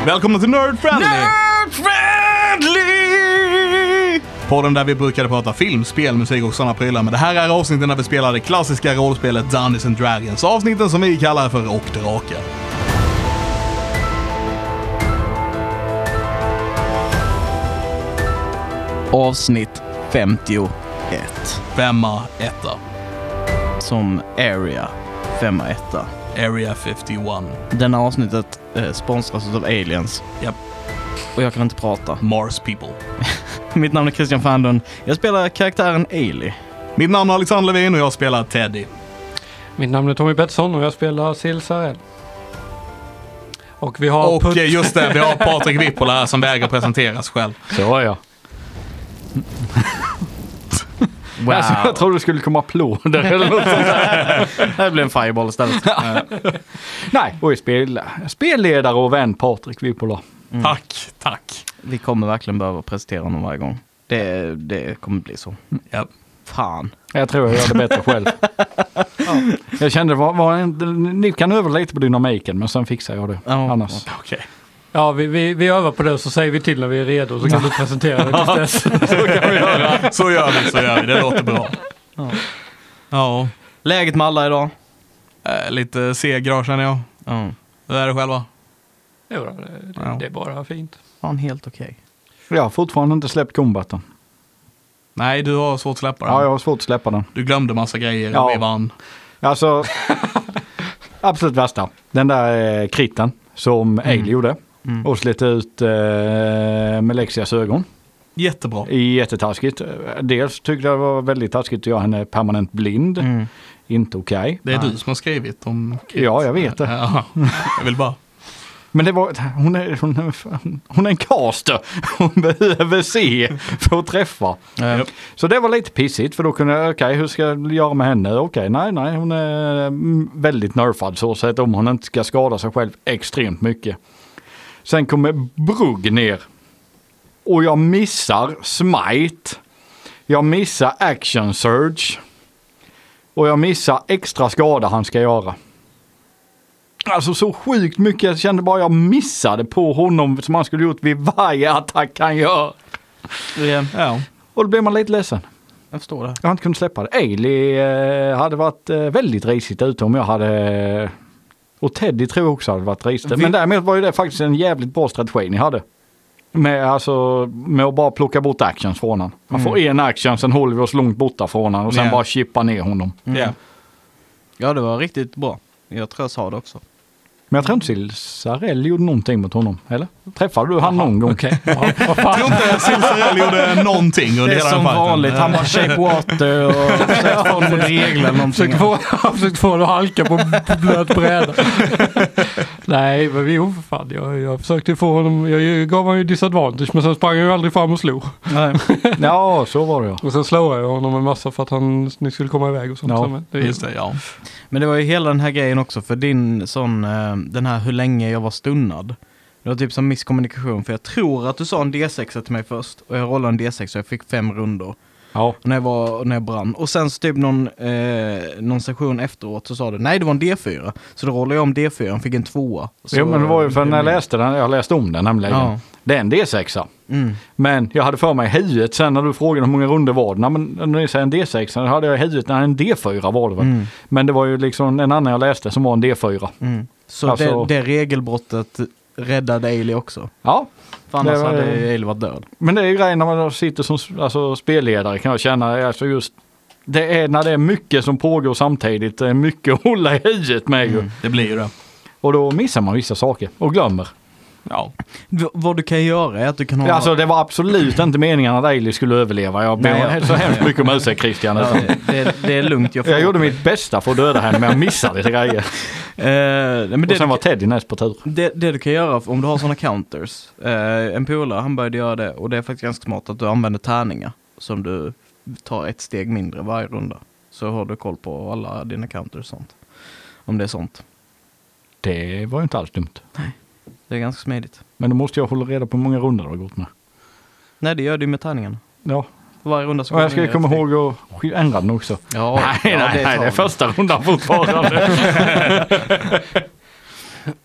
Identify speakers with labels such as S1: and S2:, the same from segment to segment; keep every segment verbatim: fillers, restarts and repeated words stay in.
S1: Välkomna till Nerd Friendly!
S2: Nerd Friendly!
S1: Podden där vi brukade prata film, spel, musik och sådana prylar. Men det här är avsnitten där vi spelar det klassiska rollspelet Dungeons and Dragons. Avsnitten som vi kallar för Och Drakar.
S2: Avsnitt femtioett.
S1: Femma, etta.
S2: Som Area femma etta.
S1: Area femtioett.
S2: Denna avsnittet eh, sponsras av Aliens.
S1: Japp.
S2: Och jag kan inte prata.
S1: Mars people.
S2: Mitt namn är Christian Fandon. Jag spelar karaktären Ailey.
S1: Mitt namn är Alexander Levin och jag spelar Teddy.
S3: Mitt namn är Tommy Pettersson och jag spelar Silsarell. Och vi har...
S1: Och put- just det, vi har Patrik Wippola här som vägrar presenteras själv.
S4: Så är jag.
S2: Wow.
S4: Alltså, jag trodde du skulle komma applåder eller något sånt där.
S2: Det blir en fireball istället.
S4: Nej, och jag spelar spelledare och vän Patrik Wippola.
S1: Mm. Tack, tack.
S2: Vi kommer verkligen behöva presentera honom varje gång. Det, det kommer bli så.
S1: Ja.
S2: Fan.
S4: Jag tror jag gör det bättre själv. Ja. Jag kände, var, var en, ni kan öva lite på dynamiken, men sen fixar jag det.
S2: Ja,
S4: annars.
S1: Okej. Okay.
S3: Ja, vi, vi, vi övar på det och så säger vi till när vi är redo så kan du presentera det tills dess.
S1: Så kan vi göra. Så gör vi, så gör vi. Det låter bra.
S2: Ja.
S1: Ja.
S2: Läget med alla idag?
S1: Äh, lite segra känner jag.
S2: Ja.
S1: Det är det själva.
S3: Jo, det, det,
S1: Ja.
S3: det är bara fint.
S2: Fan, helt okej.
S4: Jag har fortfarande inte släppt kombaten.
S1: Nej, du har svårt att släppa den.
S4: Ja, jag har svårt att släppa den.
S1: Du glömde massa grejer
S4: Ja.
S1: och vi vann.
S4: Alltså, absolut värsta. Den där eh, kritten som mm. Ailey gjorde.
S2: Mm.
S4: Och slet ut eh, med Lexias ögon.
S1: Jättebra.
S4: Jättetaskigt. Dels tyckte jag det var väldigt taskigt att göra henne permanent blind.
S2: Mm.
S4: Inte okej. Okay.
S1: Det är
S2: Nej.
S1: du som har skrivit om Kit.
S4: Ja, jag vet det.
S1: Ja, jag vill bara.
S4: Men det var, hon är, hon är, hon är en caster. Hon behöver se för att träffa.
S2: Ja.
S4: Så det var lite pissigt för då kunde jag, okej okay, hur ska jag göra med henne? Okej, okay, nej, nej, hon är väldigt nerfad så att om hon inte ska skada sig själv extremt mycket. Sen kommer Brugg ner. Och jag missar smite. Jag missar action surge. Och jag missar extra skada han ska göra. Alltså så sjukt mycket. Jag kände bara jag missade på honom som han skulle gjort vid varje attack han gör.
S2: Ja.
S1: Ja.
S4: Och då blev man lite ledsen.
S2: Jag förstår det.
S4: Jag hade inte kunnat släppa det. Ailey eh, hade varit eh, väldigt risigt ute om jag hade... Och Teddy tror jag också hade varit risigt.
S2: Vi...
S4: Men därmed var ju det faktiskt en jävligt bra strategi ni hade. Med, alltså, med att bara plocka bort actions från honom. Han
S2: Mm.
S4: får en action, sen håller vi oss långt borta från honom och sen
S1: Ja.
S4: bara chippa ner honom.
S2: Mm.
S1: Ja.
S2: Ja, det var riktigt bra. Jag tror jag sa det också.
S4: Men jag tror inte Silsarell gjorde någonting mot honom, eller? Träffade du han någon gång?
S3: Okej. Ja, vad
S1: Jag
S3: fan.
S1: tror inte att Silsarell gjorde någonting under
S2: Det är
S1: hela
S2: som
S1: den fighten.
S2: vanligt. Han bara shape water och försökte få mot regler eller
S3: Jag försökte
S2: någonting.
S3: få, jag försökte få det att halka på, på blöt bräda. Nej, men jo för fan. Jag, jag försökte få honom, jag gav honom ju disadvantage men sen sprang jag ju aldrig fram och slog.
S2: Nej.
S4: Ja, så var det ja.
S3: Och sen slog jag honom en massa för att han ni skulle komma iväg och sånt.
S4: Ja,
S3: Så, men det,
S1: Just det, ja.
S2: Men det var ju hela den här grejen också för din sån, eh, den här hur länge jag var stunnad. Det var typ som misskommunikation för jag tror att du sa en D sex till mig först och jag rollade en D sex och jag fick fem rundor.
S4: Ja.
S2: När jag, var, när jag brann. Och sen så typ någon, eh, någon session efteråt så sa du, nej det var en D fyra. Så då rollade jag om D fyra och fick en tvåa. Så,
S4: Jo men det var ju för när jag läste den, jag läste om den nämligen.
S2: Ja.
S4: Det är en D sex.
S2: Mm.
S4: Men jag hade för mig i huvudet sen när du frågade hur många runder var det. Nej, men när du säger en D sex, då hade jag i huvudet när en D fyra var det väl.
S2: Mm.
S4: Men det var ju liksom en annan jag läste som var en D fyra.
S2: Mm. Så
S4: Alltså-
S2: det, det regelbrottet räddade Ailey också.
S4: Ja,
S2: För annars
S4: Det var-
S2: hade Ailey varit död.
S4: men det är ju grejen när man sitter som alltså, spelledare kan jag känna. Alltså just, det är när det är mycket som pågår samtidigt. Det är mycket att hålla i huvudet med ju.
S2: Mm.
S1: Det blir ju det.
S4: Och då missar man vissa saker och glömmer.
S1: Ja.
S2: V- vad du kan göra är att du kan ha...
S4: Alltså det var absolut inte meningen att Ailey skulle överleva. Jag ber
S2: Nej, ja.
S4: så hemskt mycket om ursäkt Christian.
S2: ja, det, det är lugnt. Jag, får
S4: Jag gjorde mitt bästa för att döda henne men jag missade lite grejer.
S2: Eh, men
S4: Och
S2: det,
S4: sen
S2: du,
S4: var Teddy näst på tur.
S2: det, det du kan göra om du har sådana counters. Eh, en polare, han började göra det. Och det är faktiskt ganska smart att du använder tärningar. Som du tar ett steg mindre varje runda. Så har du koll på alla dina counters och sånt. Om det är sånt.
S4: Det var ju inte alls dumt.
S2: Det är ganska smidigt.
S4: Men då måste jag hålla reda på hur många runder det har gått med.
S2: Nej, det gör du med tärningarna.
S4: Ja,
S2: För varje runda så
S4: och jag
S2: kommer
S4: ska komma ihåg att sk- ändra den också.
S2: Ja,
S4: nej,
S2: ja,
S4: nej, nej,
S2: tar
S4: det är
S2: vi.
S4: första rundan fortfarande.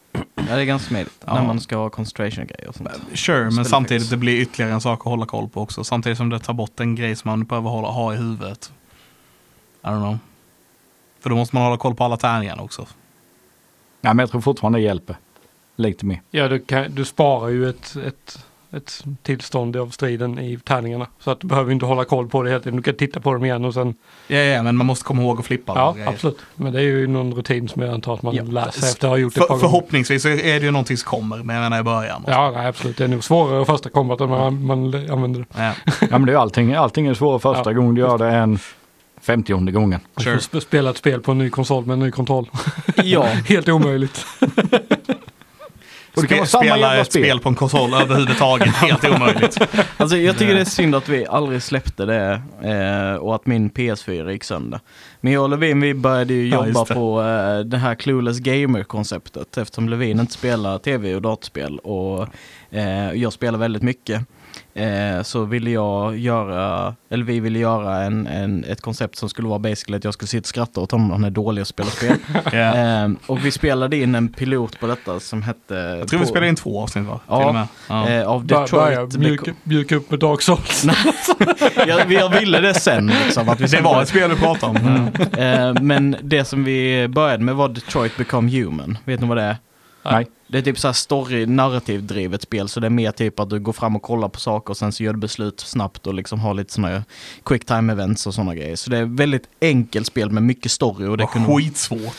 S2: Ja, det är ganska smidigt.
S1: Ja.
S2: När man ska ha concentration-grejer och sånt.
S1: Sure, men
S2: Spela
S1: samtidigt
S2: fix.
S1: det blir ytterligare en sak att hålla koll på också. Samtidigt som det tar bort en grej som man behöver hålla, ha i huvudet. I don't know. För då måste man hålla koll på alla tärningarna också.
S4: Ja, men jag tror fortfarande det hjälper. Lite mer.
S3: Ja, du, kan, du sparar ju ett, ett, ett tillstånd av striden i tärningarna. Så att du behöver inte hålla koll på det hela tiden. Du kan titta på dem igen och sen...
S1: Ja, ja, men man måste komma ihåg att flippa alla
S3: Ja,
S1: grejer.
S3: absolut. Men det är ju någon rutin som jag antar att man
S2: Ja.
S3: lär sig efter att ha gjort det
S1: För,
S3: ett par gånger.
S1: förhoppningsvis så är det ju någonting som kommer, men jag menar i början.
S3: Ja, nej, absolut. Det är nog svårare första kombat än man, man använder det.
S1: Ja.
S4: Ja, men det är ju allting. Allting är svårare första
S3: Ja.
S4: gången du gör det än femtionde gången.
S1: Sure.
S3: Sure. Sp- spela ett spel på en ny konsol med en ny kontroll.
S2: Ja.
S3: Helt omöjligt.
S4: Och det kan
S1: Spe,
S4: vara samma
S1: spela
S4: jävla
S1: ett spel.
S4: spel
S1: på en konsol överhuvudtaget, helt omöjligt.
S2: Alltså jag tycker det är synd att vi aldrig släppte det eh, och att min P S fyra gick sönder. Men jag och Levin, vi började ju
S1: Ja,
S2: jobba
S1: just det.
S2: på eh, det här Clueless Gamer-konceptet eftersom Levin inte spelar tv och datorspel och eh, jag spelar väldigt mycket. Eh, så ville jag göra, eller vi ville göra en, en, ett koncept som skulle vara basically att jag skulle sitta och skratta åt honom, han är dålig att spela spel.
S1: Ja.
S2: eh, och vi spelade in en pilot på detta som hette...
S1: Jag tror vi spelade in två avsnitt, va?
S2: Ja.
S1: Till och med. Ja.
S2: Eh, av
S3: Bör, börja
S2: Detroit.
S3: mjuka, mjuka upp med Dark Souls.
S2: jag, jag ville det sen. Liksom, att vi
S1: Det
S2: skulle
S1: var
S2: börja-
S1: ett spel vi pratade om. Mm.
S2: Eh, men det som vi började med var Detroit Become Human. Vet ni vad det är?
S4: Nej.
S2: Det är typ så här story, narrativdrivet spel. Så det är mer typ att du går fram och kollar på saker och sen så gör du beslut snabbt och liksom har lite såna quick time events och såna grejer. Så det är väldigt enkelt spel med mycket story. Och det
S1: Det
S2: kunde
S1: var skitsvårt.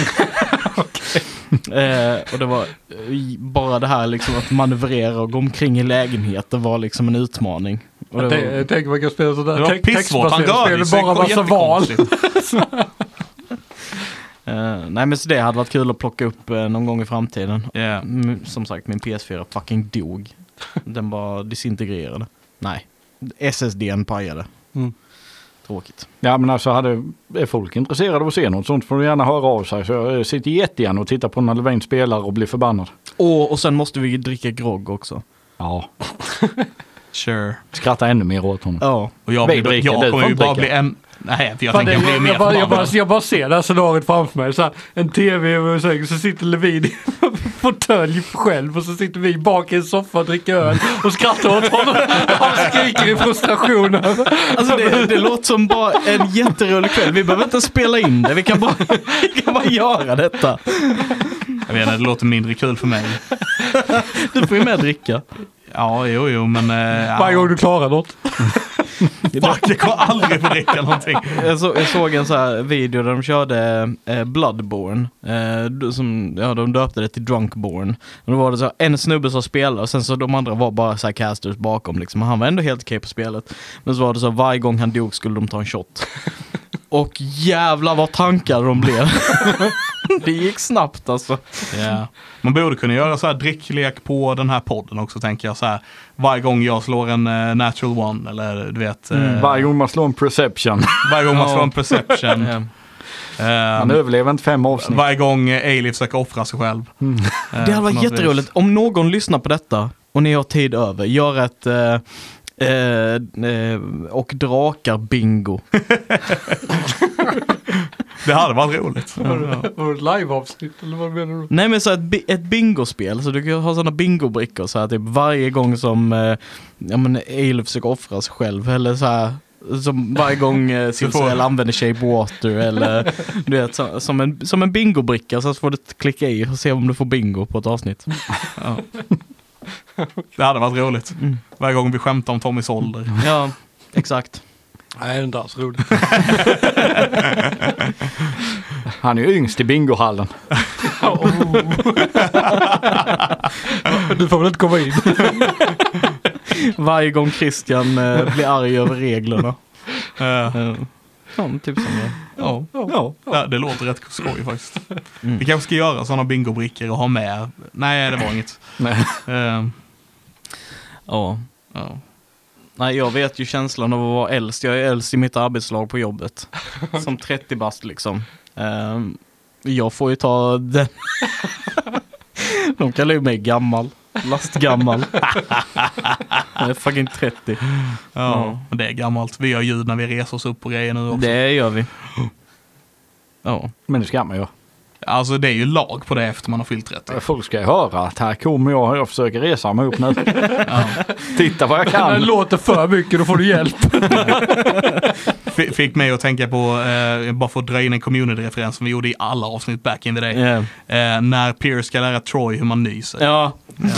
S2: Eh, och det var eh, bara det här liksom att manövrera och gå omkring i lägenheten var liksom en utmaning. Och det
S3: Jag
S2: var,
S3: tänk- tänk man kan spela sådär
S1: Det var
S3: text-
S1: pissvårt. Han
S3: textbaserat
S1: rörde
S3: spel,
S1: sig.
S3: bara massa val.
S2: eh, nej men så det hade varit kul att plocka upp eh, någon gång i framtiden.
S1: Yeah.
S2: Mm, som sagt, min P S fyra fucking dog. Den bara disintegrerade. Nej, S S D:n pajade.
S3: Mm.
S2: Tråkigt.
S4: Ja, men alltså hade, är folk intresserade av att se något sånt får du gärna höra av sig. Så jag sitter jättegärna och tittar på när Levin spelar och blir förbannad.
S2: Och, och sen måste vi dricka grogg också.
S4: Ja,
S1: Sure.
S4: skratta ännu mer åt honom.
S2: Ja.
S1: Och jag,
S4: Vi
S1: blir,
S4: dricker,
S1: jag
S4: du
S1: kommer
S4: får
S1: ju
S4: inte
S1: bara
S4: dricka.
S1: bli en... Nej, jag
S3: Fan,
S1: tänker
S3: det,
S1: bli mer
S3: jag, bara, jag, bara,
S1: förbannad.
S3: jag bara ser det här scenariot framför mig. Så här, en tv över sängen, så sitter Levin i en fåtölj själv och så sitter vi bak i en soffa och dricker öl och skrattar åt honom. Han skriker i frustration.
S2: Alltså det, det låter som bara en jätterolig kväll. Vi behöver inte spela in det. Vi kan bara, vi kan bara göra detta.
S1: Jag vet inte, det låter mindre kul för mig.
S2: Du får ju med dricka.
S1: Ja, jo, jo, men... Eh,
S3: Varje gång
S1: ja.
S3: du klarar något.
S1: Fuck, jag kommer aldrig få dricka någonting.
S2: Jag, så, jag såg en så här video där de körde eh, Bloodborne. Eh, d- som, ja, de döpte det till Drunkborn. Och då var det så här, en snubbe som spelade och sen så de andra var bara så här casters bakom. Liksom. Han var ändå helt okej på spelet. Men så var det så varje gång han dog skulle de ta en shot. Och jävlar vad tankar de blev. Det gick snabbt alltså.
S1: Yeah. Man borde kunna göra så här dricklek på den här podden också, tänker jag. Så här, varje gång jag slår en uh, natural one, eller du vet...
S4: Mm.
S1: eh,
S4: Varje gång man slår en perception.
S1: varje gång man
S2: Ja.
S1: slår en perception.
S2: Eh,
S4: Han
S1: eh,
S4: överlever inte fem avsnitt.
S1: varje gång uh, Ailey försöker offra sig själv.
S4: Mm.
S1: Eh,
S2: Det hade
S1: på
S2: varit
S1: något
S2: jätteroligt.
S1: vis.
S2: Om någon lyssnar på detta och ni har tid över, gör ett eh, eh, eh, och drakar bingo.
S1: Det hade varit roligt.
S3: Var det ett live-avsnitt eller vad menar du?
S2: Nej men så ett, bi- ett bingospel, så du kan ha sådana bingobrickor så här typ varje gång som eh, ja men Ailey försöker offra sig själv eller så här som varje gång eh, Silsel använder Shape Water eller du vet så, som en som en bingobricka, så får du klicka i och se om du får bingo på ett avsnitt.
S1: Ja. Det hade varit roligt.
S2: Mm.
S1: Varje gång vi skämtar om Tommys ålder.
S2: Ja, exakt.
S3: Nej, det är inte alls roligt.
S4: Han är ju yngst i bingohallen.
S3: Du får väl inte komma in.
S2: Varje gång Christian eh, blir arg över reglerna.
S1: Eh,
S2: Eh, ja, men typ som det.
S1: ja.
S4: Ja.
S1: Ja, det låter rätt skoj faktiskt.
S2: Mm.
S1: Vi kanske ska göra sådana bingobrickor och ha med. Nej, det var inget.
S4: Nej.
S1: Eh,
S2: Ja.
S1: ja.
S2: Nej, jag vet ju känslan av att vara äldst. Jag är äldst i mitt arbetslag på jobbet. Som trettio bast liksom. Ehm, jag får ju ta den. De kallar ju mig gammal. Lastgammal. Jag är fucking trettio.
S1: Ja, men det är gammalt. Vi gör ljud när vi reser oss upp på grejer nu också.
S2: Det gör vi. Ja.
S4: Men det ska man ju.
S1: Alltså det är ju lag på det efter man har fyllt trettio.
S4: Folk ska ju höra att här kommer jag jag försöker resa mig upp nu.
S1: Ja.
S4: Titta vad jag
S3: När det
S4: kan.
S3: låter för mycket, då får du hjälp.
S1: F- fick mig att tänka på, eh, bara för att dra in en community-referens som vi gjorde i alla avsnitt back in the day.
S2: Yeah.
S1: Eh, när Pierce ska lära Troy hur man nyser.
S2: Ja.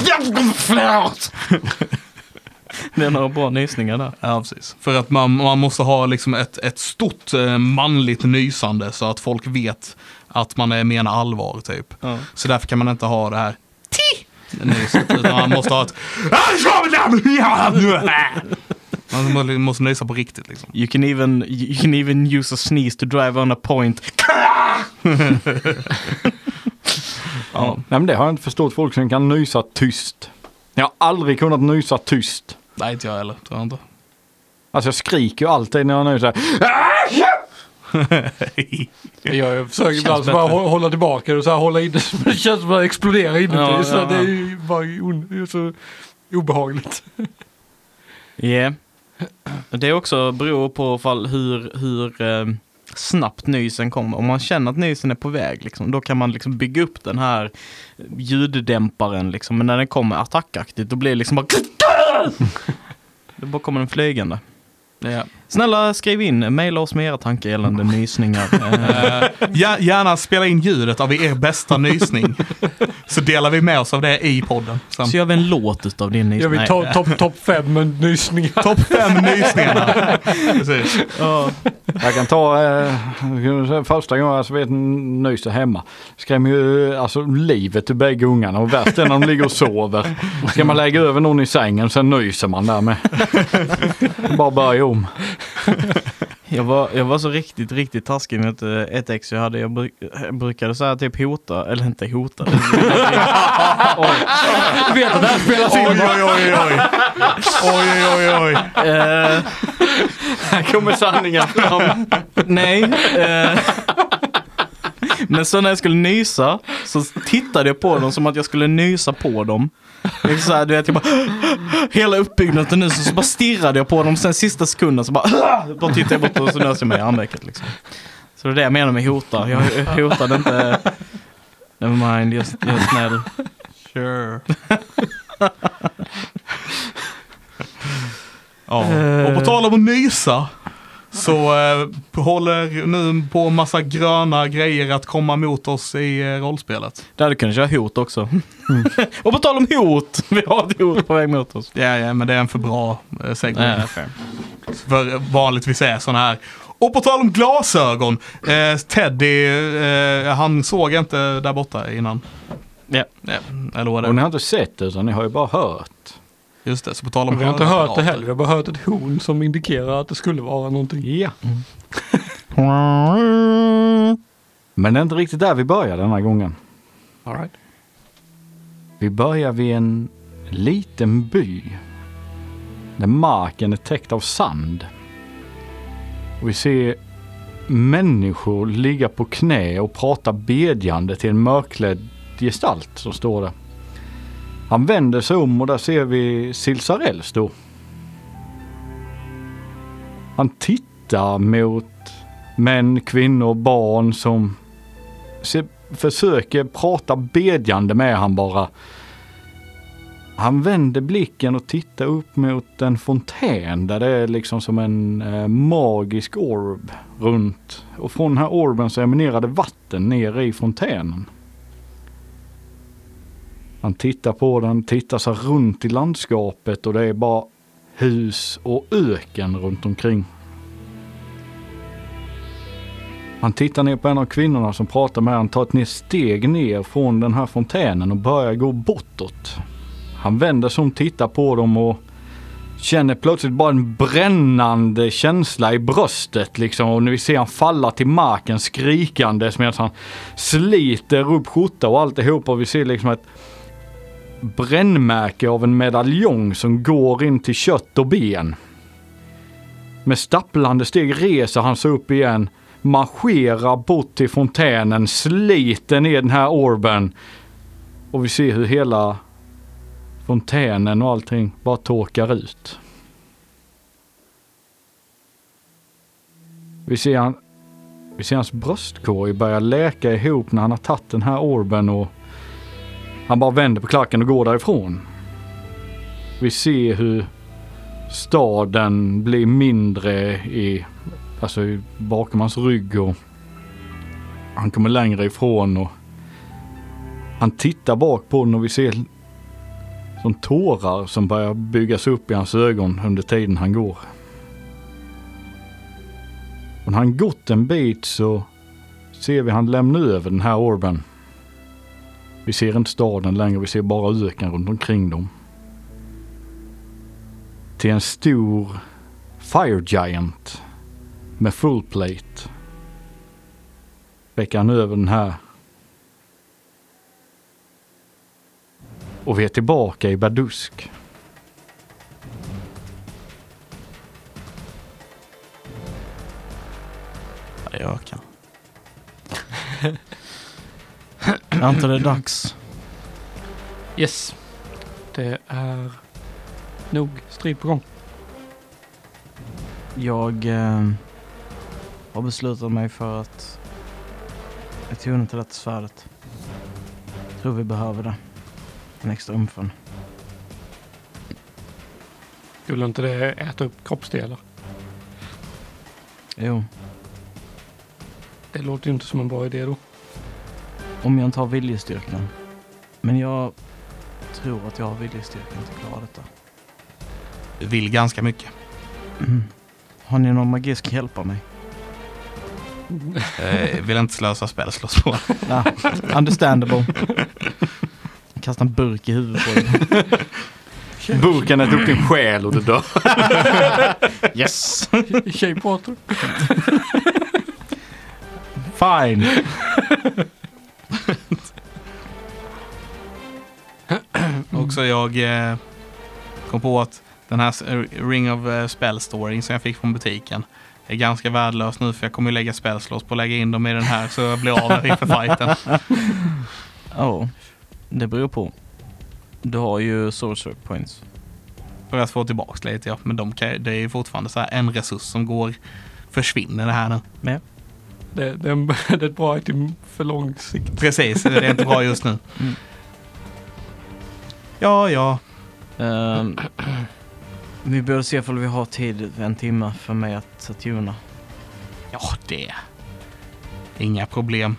S2: Det är några bra nysningar där.
S1: Ja, precis. För att man, man måste ha liksom ett, ett stort eh, manligt nysande så att folk vet att man är menar allvar typ.
S2: Ja.
S1: Så därför kan man inte ha det här ti nyset, utan man måste ha ett man måste nysa på riktigt liksom.
S2: You can even you can even use a sneeze to drive on a point.
S4: Ja. Nej, men det har jag inte förstått, folk som kan nysa tyst. Jag har aldrig kunnat nysa tyst.
S1: Nej, inte jag heller, tror jag inte.
S4: Alltså jag skriker ju alltid när jag nysar.
S3: Jag försöker ibland så bara hå- hålla tillbaka och så här hålla in det. Det känns som att det exploderar inuti.
S2: Ja,
S3: så
S2: ja,
S3: det är
S2: ja.
S3: ju bara on- det är så obehagligt.
S2: Yeah. Det är också beror på fall hur, hur eh, snabbt nysen kommer. Om man känner att nysen är på väg, liksom, då kan man liksom bygga upp den här ljuddämparen. Liksom. Men när den kommer attackaktigt, då blir det liksom bara... Då bara kommer den flygande.
S1: Ja.
S2: Snälla skriv in, mejla oss med era tankar gällande nysningar. Eh,
S1: Ja, gärna spela in ljudet av er bästa nysning. Så delar vi med oss av det i podden. Sen.
S2: Så gör vi en låt utav din nysning.
S3: Jag vill
S2: Nej.
S3: ta topp top fem med nysningar.
S1: Topp fem nysningarna. Precis.
S2: Ja.
S4: Jag kan ta eh, första gången jag vet nyser hemma. Skrämmer ju alltså livet ur bägge ungarna och värst är när de ligger och sover. Ska man lägga över någon i sängen sen nyser man där med. Bara börja om.
S2: Jag var, jag var så riktigt, riktigt taskig med ett, ett ex jag hade. Jag, bruk, jag brukade så här typ hota, eller inte hota.
S3: Du vet att det här spelas in.
S1: Oj, oj, oj, oj. Oj, oj, oj, oj.
S2: Eh,
S4: Här kommer sanningen fram.
S2: nej. Eh, men så när jag skulle nysa så tittade jag på dem som att jag skulle nysa på dem. Jag så här, du vet, jag bara, hela uppbyggnaden nu så, så bara stirrade jag på dem. Sen sista sekunden så bara, bara tittade jag bort och så nös jag mig i armvecket liksom. Så det är det jag menar med hota. Jag hotade inte. Never mind, just, just snäll.
S1: Sure. Ja. Och på tal om att nysa så eh, håller nu på massa gröna grejer att komma mot oss i eh, rollspelet.
S2: Det hade kunnat köra hot också. Mm. Och på tal om hot, vi har ett hot på väg mot oss.
S1: Ja, ja, men det är en för bra eh, segment.
S2: Nej, fair.
S1: För vanligtvis är sådana här. Och på tal om glasögon, eh, Teddy, eh, han såg inte där borta innan.
S2: Ja.
S1: Ja, eller vad det
S4: Och ni
S1: är.
S4: har inte sett det utan ni har ju bara hört.
S1: Just det, så på tal om
S3: Vi har inte hört det
S1: hörapparater.
S3: heller. Vi har bara hört ett horn som indikerar att det skulle vara någonting.
S4: Ja. Men det är inte riktigt där vi börjar den här gången.
S3: All right.
S4: Vi börjar vid en liten by. Där marken är täckt av sand. Och vi ser människor ligga på knä och prata bedjande till en mörklädd gestalt som står där. Han vänder sig om och där ser vi Silsarell stå. Han tittar mot män, kvinnor, barn som se, försöker prata bedjande med han bara. Han vänder blicken och tittar upp mot en fontän där det är liksom som en eh, magisk orb runt. Och från den här orben så eminerade vatten ner i fontänen. Han tittar på den, tittar så runt i landskapet och det är bara hus och öken runt omkring. Han tittar ner på en av kvinnorna som pratar med honom, tar ett ner steg ner från den här fontänen och börjar gå bortåt. Han vänder sig om, tittar på dem och känner plötsligt bara en brännande känsla i bröstet liksom. Och när vi ser han falla till marken skrikandes medan han sliter upp skjorta och alltihop. Och vi ser liksom ett brännmärke av en medaljong som går in till kött och ben. Med stapplande steg reser han sig upp igen, marscherar bort till fontänen, sliter ner den här orben. Och vi ser hur hela fontänen och allting bara torkar ut. Vi ser han Vi ser hans bröstkorg börja läka ihop när han har tagit den här orben och han bara vänder på klacken och går därifrån. Vi ser hur staden blir mindre i, alltså bakom hans rygg och han kommer längre ifrån och han tittar bak på den och vi ser som tårar som börjar byggas upp i hans ögon under tiden han går. Och när han gått en bit så ser vi han lämna över den här orben. Vi ser inte staden längre, vi ser bara öken runt omkring dem. Till en stor Fire Giant med full plate. Väcker han över den här. Och vi är tillbaka i Badusk.
S2: Jag kan. Jag antar det är dags.
S3: Yes. Det är nog strid på gång.
S2: Jag eh, har beslutat mig för att jag tog inte detta svärdet. Jag tror vi behöver det. En extra umfen.
S3: Skulle inte det äta upp kroppsdelar?
S2: Jo.
S3: Det låter ju inte som en bra idé då.
S2: Om jag inte har viljestyrkan. Men jag tror att jag har viljestyrkan att klara detta.
S1: Du vill ganska mycket.
S2: Mm. Har ni någon magi som kan hjälpa mig?
S1: Jag vill inte slösa spelslås på.
S2: Ja, understandable. Kasta en burk i huvudet på dig.
S4: Burken är upp din själ och du dör.
S2: Yes!
S3: Tjejpratar.
S2: Fine.
S1: Också jag eh, kom på att den här Ring of uh, Spell Storing som jag fick från butiken är ganska värdelös nu för jag kommer ju lägga spelslås på att lägga in dem i den här så jag blir av med inför fighten.
S2: Ja, oh, det beror på. Du har ju sorcery points.
S1: För att få tillbaka lite, ja. Men de kan, det är ju fortfarande så här en resurs som går försvinner det här nu.
S2: Ja.
S3: Det, det, är en, det är ett bra item för lång sikt.
S1: Precis, det är inte bra just nu.
S2: Mm.
S1: Ja, ja.
S2: Um, vi bör se om vi har tid en timme för mig att, att tuna.
S1: Ja, det är inga problem.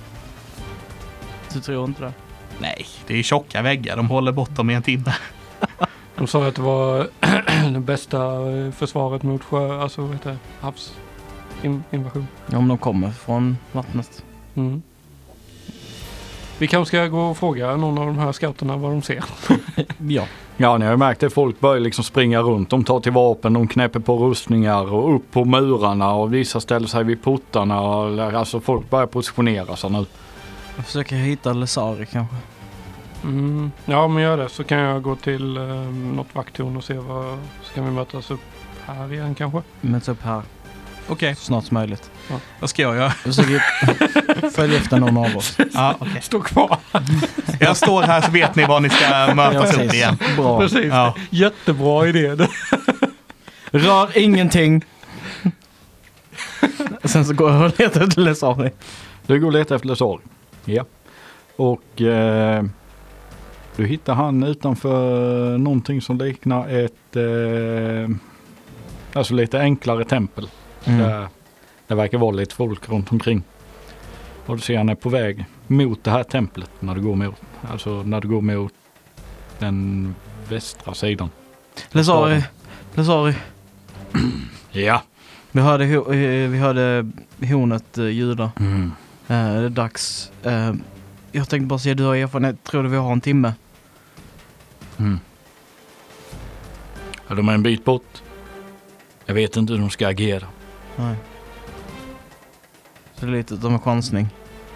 S2: Du tror inte det?
S1: Nej, det är tjocka väggar. De håller bort dem i en timme.
S3: De sa att det var det bästa försvaret mot sjö, alltså vad heter det, havsinvasion.
S2: Ja, om de kommer från vattnet.
S3: Mm. Vi kanske ska gå och fråga någon av de här scouterna vad de ser.
S2: Ja.
S4: Ja, ni har ju märkt att folk börjar liksom springa runt. De tar till vapen, de knäpper på rustningar och upp på murarna och vissa ställer sig vid portarna. Och, alltså folk börjar positionera sig nu.
S2: Jag försöker hitta Lesari kanske.
S3: Mm. Ja, men gör det. Så kan jag gå till eh, något vakttorn och se vad ska vi mötas upp här igen kanske.
S2: Möts upp här.
S1: Okej, okay.
S2: Så snart som möjligt.
S3: Ja.
S1: Vad ska jag göra?
S2: Jag försöker följa efter någon av oss.
S1: Ja, okay.
S3: Stå kvar.
S1: Jag står här så vet ni var ni ska mötas
S2: ja,
S1: upp igen.
S2: Bra.
S3: Precis.
S1: Ja.
S3: Jättebra idé.
S2: Rör ingenting. Sen så går jag och letar efter Lesari.
S4: Du går och letar efter Lesari. Ja. Och eh, du hittar han utanför någonting som liknar ett eh, alltså lite enklare tempel.
S2: Mm.
S4: Där, det verkar vara lite folk runt omkring. Och du ser han är på väg mot det här templet när du går mot, alltså när du går mot den västra sidan.
S2: Lesari. Lesari.
S4: Ja.
S2: Vi hörde, ho- vi hörde hornet uh, ljuda.
S4: Mm.
S2: Uh, det är dags. Uh, jag tänkte bara säga, du har erfarenhet. Tror du vi har en timme?
S4: Mm. Ja, de är en bit bort. Jag vet inte hur de ska agera.
S2: Nej. Så det är lite av en chansning.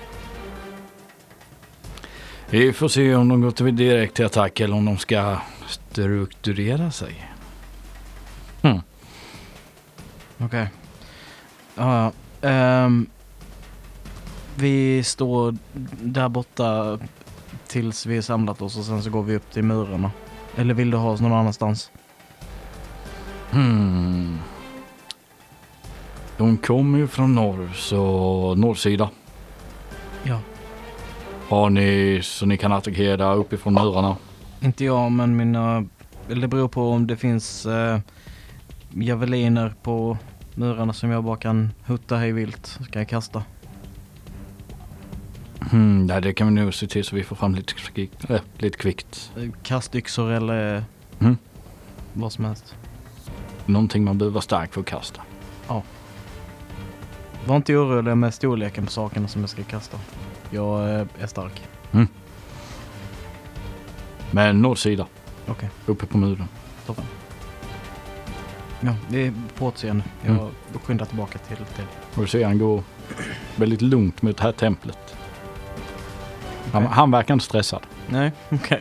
S4: Vi får se om de går till direkt till attack eller om de ska strukturera sig. Mm.
S2: Okej. Okay. Ja, um, vi står där borta tills vi är samlat oss och sen så går vi upp till murarna. Eller vill du ha oss någon annanstans?
S4: Hmm. De kommer ju från norr, så norrsida.
S2: Ja.
S4: Har ni så ni kan attackera uppifrån murarna?
S2: Inte jag, men mina... Eller det beror på om det finns eh, javeliner på murarna som jag bara kan hutta hej vilt. Så kan jag kasta.
S4: Mm, nej, det kan vi nog se till så vi får fram lite, kvickt, äh, lite kvickt.
S2: Kastyxor eller
S4: Mm.
S2: vad som helst.
S4: Någonting man behöver vara stark för att kasta.
S2: Var inte orolig med storleken på sakerna som jag ska kasta. Jag eh, är stark.
S4: Men norrsida.
S2: Okej.
S4: Uppe på muren.
S2: Toppen. Ja, det är på återseende. Jag
S4: Mm.
S2: skyndar tillbaka till till.
S4: Och du ser han går väldigt lugnt mot det här templet. Han,
S2: Okej.
S4: han verkar inte stressad.
S2: Nej, okej.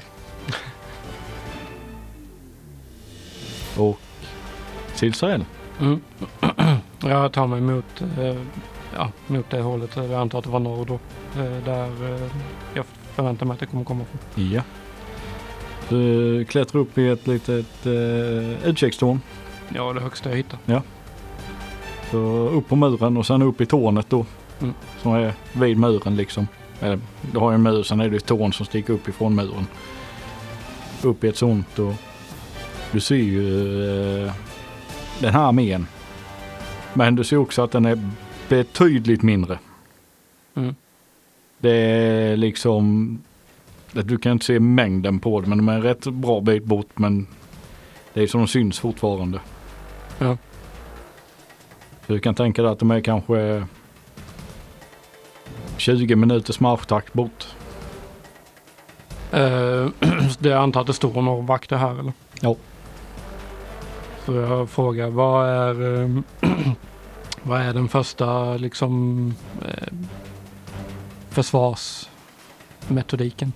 S4: Och Silsarell.
S3: Mm. Jag tar mig mot, eh, ja, mot det hållet. Jag antar att det var norr då. Eh, där eh, jag förväntar mig att det kommer komma från.
S4: Ja. Du klättrar upp i ett litet eh, utkikstorn.
S3: Ja, det högsta jag hittar.
S4: Så upp på muren och sen upp i tornet då.
S3: Mm.
S4: Som är vid muren liksom. Eller, du har ju en mur, sen är det ett torn som sticker upp ifrån muren. Upp i ett sånt och du ser ju eh, den här armén. Men du ser också att den är betydligt mindre.
S3: Mm.
S4: Det är liksom, du kan inte se mängden på det, men de är en rätt bra bit bort, men det är som de syns fortfarande.
S3: Ja.
S4: Så du kan tänka dig att de är kanske tjugo minuters marschtakt bort.
S3: Eh, det jag antar att det står några vakter här eller?
S4: Ja.
S3: Så jag frågar, vad är eh, vad är den första liksom eh, försvarsmetodiken?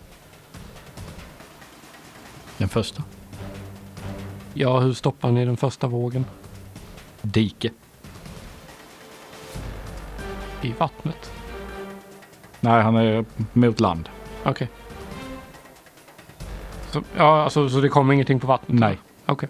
S4: Den första.
S3: Ja, hur stoppar ni den första vågen?
S4: Dike.
S3: I vattnet?
S4: Nej, han är mot land.
S3: Okej. Så, ja, alltså, så det kommer ingenting på vattnet?
S4: Nej.
S3: Okej.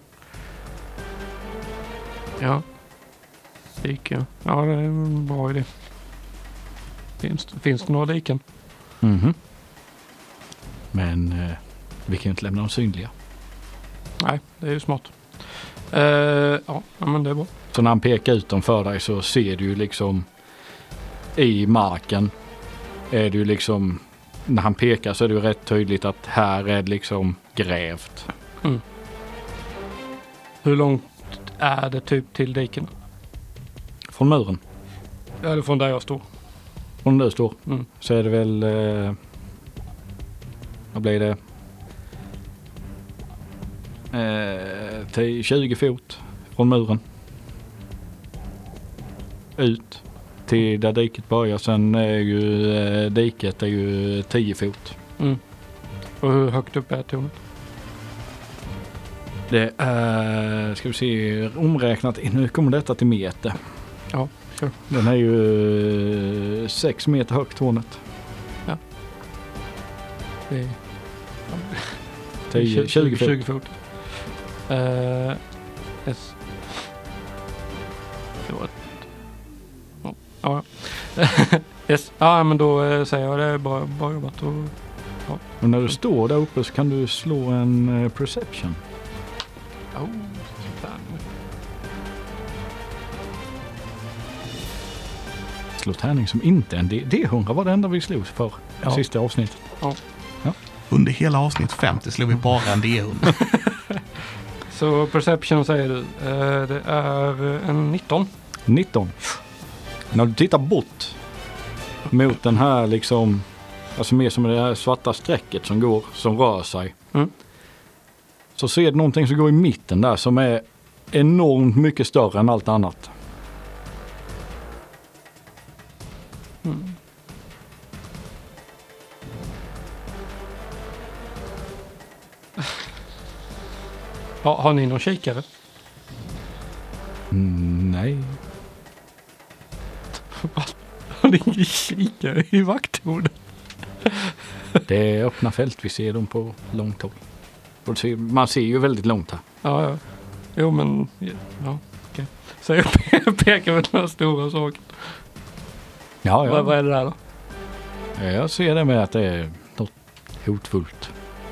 S3: Ja. Dike. Ja, det är en bra idé. Finns, finns det några diken?
S4: Mhm. Men eh, vi kan ju inte lämna dem synliga.
S3: Nej, det är ju smart. Uh, ja, men det är bra.
S4: Så när han pekar ut dem för dig så ser du ju liksom i marken är det ju liksom, när han pekar så är det ju rätt tydligt att här är det liksom grävt.
S3: Mm. Hur långt är det typ till diken?
S4: Från muren,
S3: Eller från där jag står?
S4: från där du står,
S3: Mm.
S4: så är det väl, eh, vad blir det? Eh, till tjugo fot från muren. Ut till där diket börjar. Sen är ju eh, diket är ju tio fot.
S3: Mm. Och hur högt upp är tornet?
S4: Det är, ska vi se, omräknat, nu kommer detta till meter.
S3: Ja, kör.
S4: Den är ju sex meter högt tornet.
S3: Det är
S4: tio, tjugo fot.
S3: tjugo fot. Uh, yes. Det var ett... Ja, ja. Yes. Ja, men då eh, säger jag det. Bra, bra jobbat. Och...
S4: Och när du står där uppe så kan du slå en eh, perception.
S3: Oh, sånt där.
S4: Slå tärning som inte är en D. D hundra var det enda vi slog för
S2: Ja.
S4: sista avsnittet.
S1: Under hela avsnitt femtio slog vi bara en D hundra.
S3: Så perception säger du. Eh, det är eh, en nitton.
S4: nitton. När du tittar bort mot den här liksom, alltså mer som det här svarta strecket som går, som rör sig.
S3: Mm.
S4: Så ser du någonting som går i mitten där som är enormt mycket större än allt annat.
S3: Mm. Ha, har ni någon kikare?
S4: Mm, nej.
S3: Har ni ingen kikare i vakttornet?
S4: Det är öppna fält, vi ser dem på långt håll. Och ser, man ser ju väldigt långt här.
S3: Ja, ja. Jo, men... Ja. Okay. Så jag pekar med den här stora saken.
S4: Ja, ja.
S3: Vad, vad är det där då?
S4: Jag ser det med att det är något hotfullt.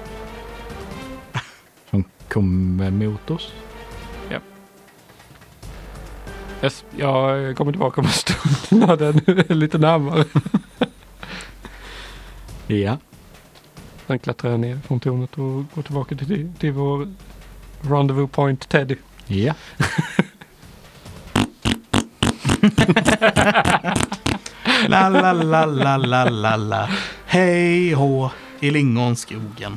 S4: Som kommer mot oss.
S3: Ja. Yes, jag kommer tillbaka med stund när den är lite närmare.
S4: Ja.
S3: Sen klättrar jag ner från tornet och går tillbaka till, till vår rendezvous point Teddy.
S4: Ja.
S1: La la la la la la la. Hej hå i lingonskogen.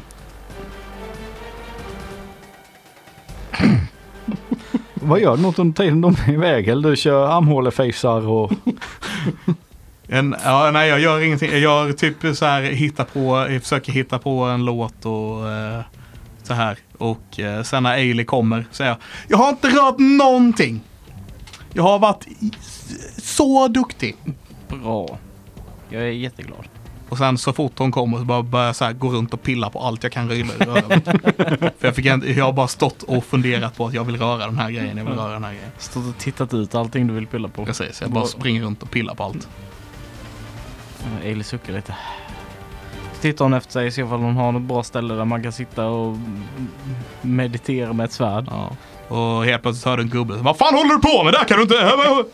S4: Vad gör du något under tiden de är iväg? Eller du kör armhålefejsar och...
S1: En, ja, nej, jag gör ingenting. Jag gör typ så här, hittar på, jag försöker hitta på en låt och eh, så här. Och eh, sen när Ailey kommer säger jag, jag har inte rört någonting. Jag har varit i, så duktig.
S2: Bra. Jag är jätteglad.
S1: Och sen så fort hon kommer så bara börjar jag så här gå runt och pilla på allt jag kan röra. För jag, fick en, jag har bara stått och funderat på att jag vill röra den här grejen, jag vill röra den här grejen.
S2: Stått och tittat ut allting du vill pilla på.
S1: Precis, jag bara springer runt och pillar på allt.
S2: Ailey suckar lite. Tittar hon efter sig så ifall hon har något bra ställe där man kan sitta och meditera med ett svärd.
S1: Ja. Och helt plötsligt hör du en gubbe. Vad fan håller du på med? Där kan du inte...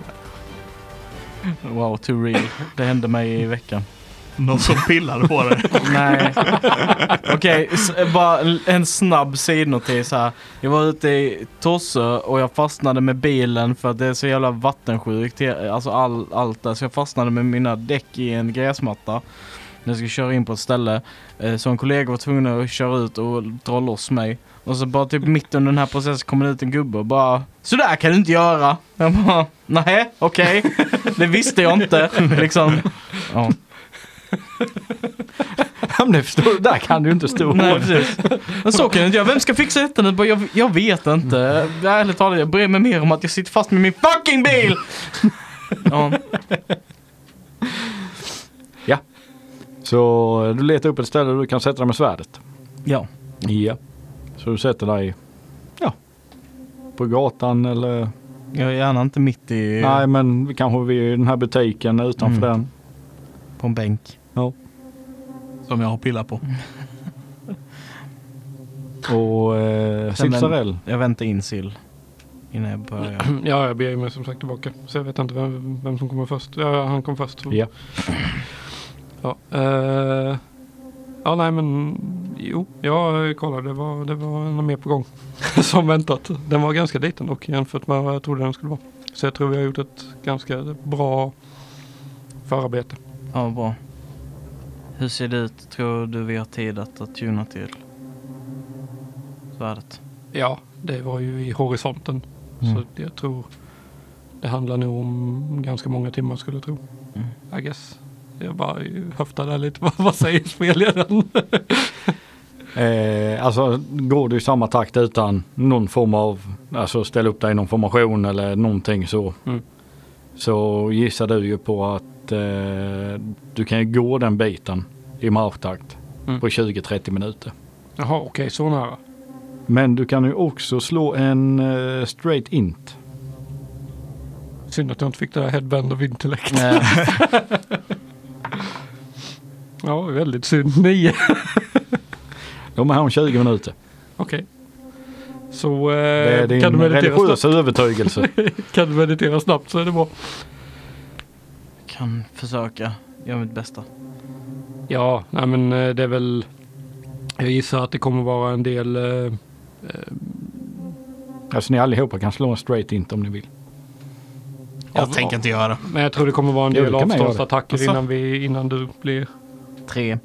S2: Wow, too real. Det hände mig i veckan.
S1: Någon som pillade på det.
S2: Nej. Okej, okay, bara en snabb sidnotis här. Jag var ute i Torsö och jag fastnade med bilen för att det är så jävla vattensjukt. Alltså all, allt där. Så jag fastnade med mina däck i en gräsmatta. Jag skulle köra in på ett ställe. Så en kollega var tvungen att köra ut och dra loss mig. Och så bara typ mitt under den här processen kommer det ut en gubbe och bara, så där kan du inte göra. Jag bara, nej, okej. Okay. Det visste jag inte. Liksom, ja.
S4: Men det förstår, där kan du inte stå.
S2: Nej, precis. Men så kan jag inte göra. Vem ska fixa detta nu? Jag, jag vet inte. Jag, ärligt talat, jag bryr mig mer om att jag sitter fast med min fucking bil. Ja.
S4: Ja. Så du letar upp ett ställe där du kan sätta dig med svärdet.
S2: Ja.
S4: Ja. Så du sätter dig, ja, på gatan eller...
S2: Jag är gärna inte mitt i...
S4: Nej, men kanske vid den här butiken utanför
S2: Mm.
S4: den.
S2: På en bänk.
S4: Ja.
S1: Som jag har pillat på.
S4: Och eh, Silsarell.
S2: Jag väntar in Sill innan jag börjar.
S3: Ja, jag ber mig som sagt tillbaka. Så jag vet inte vem, vem som kommer först. Ja, han kom först.
S4: Ja.
S3: Ja, uh, ja, nej men jo, jag kollade. Det var, det var en mer på gång som väntat. Den var ganska liten och jämfört med vad jag trodde den skulle vara. Så jag tror vi har gjort ett ganska bra förarbete.
S2: Ja, bra. Hur ser det ut? Tror du vi har tid att, att tuna till svärdet?
S3: Ja, det var ju i horisonten.
S2: Mm.
S3: Så jag tror det handlar nog om ganska många timmar skulle jag tro.
S2: Mm.
S3: I guess. Jag bara höftade där lite. Vad, vad säger spelledaren?
S4: Eh, alltså går du i samma takt utan någon form av, alltså ställa upp dig i någon formation eller någonting så,
S3: Mm.
S4: så gissar du ju på att eh, du kan ju gå den biten i marktakt
S3: Mm.
S4: på tjugo till trettio minuter.
S3: Jaha, okej, okay, så nära.
S4: Men du kan ju också slå en uh, straight int.
S3: Synd att jag inte fick det här headband of intellect.
S2: Nej.
S3: Ja, väldigt synd. Nio.
S4: De är här om tjugo minuter.
S3: Okej. Okay. Så eh,
S4: Det är din
S3: kan du meditera
S4: religiösa
S3: snabbt.
S4: övertygelse.
S3: Kan du meditera snabbt så är det bra.
S2: Kan försöka göra mitt bästa.
S3: Ja, nej men eh, det är väl... Jag gissar att det kommer vara en del... Eh, eh,
S4: Alltså ni allihopa kan slå en straight int om ni vill.
S1: Jag
S3: av-
S1: tänker inte göra det.
S3: Men jag tror det kommer vara en
S4: Jo,
S3: del
S4: det kan man göra.
S3: avståndsattacker
S1: Alltså?
S3: innan, vi, innan du blir...
S2: Tre.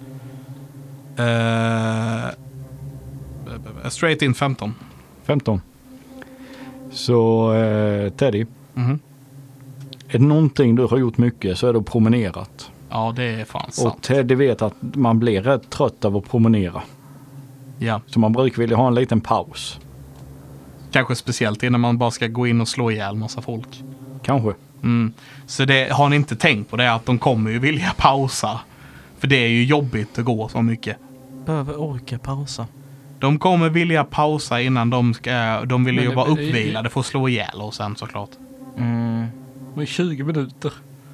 S1: Uh, straight in femton.
S4: femton. Så eh, Teddy,
S1: Mhm.
S4: är det någonting du har gjort mycket så är det promenerat.
S1: Ja, det är fan sant.
S4: Och Teddy vet att man blir rätt trött av att promenera.
S1: Ja,
S4: Så man brukar vilja ha en liten paus.
S1: kanske speciellt innan man bara ska gå in och slå ihjäl massa folk.
S4: Kanske.
S1: Mm. Så det har ni inte tänkt på, det är att de kommer ju vilja pausa. För det är ju jobbigt att gå så mycket.
S2: Behöver orka pausa.
S1: De kommer vilja pausa innan de ska... De vill
S3: Men
S1: ju
S3: det-
S1: vara
S3: det-
S1: uppvilade för att slå ihjäl och sen såklart.
S2: Mm.
S3: Men tjugo minuter.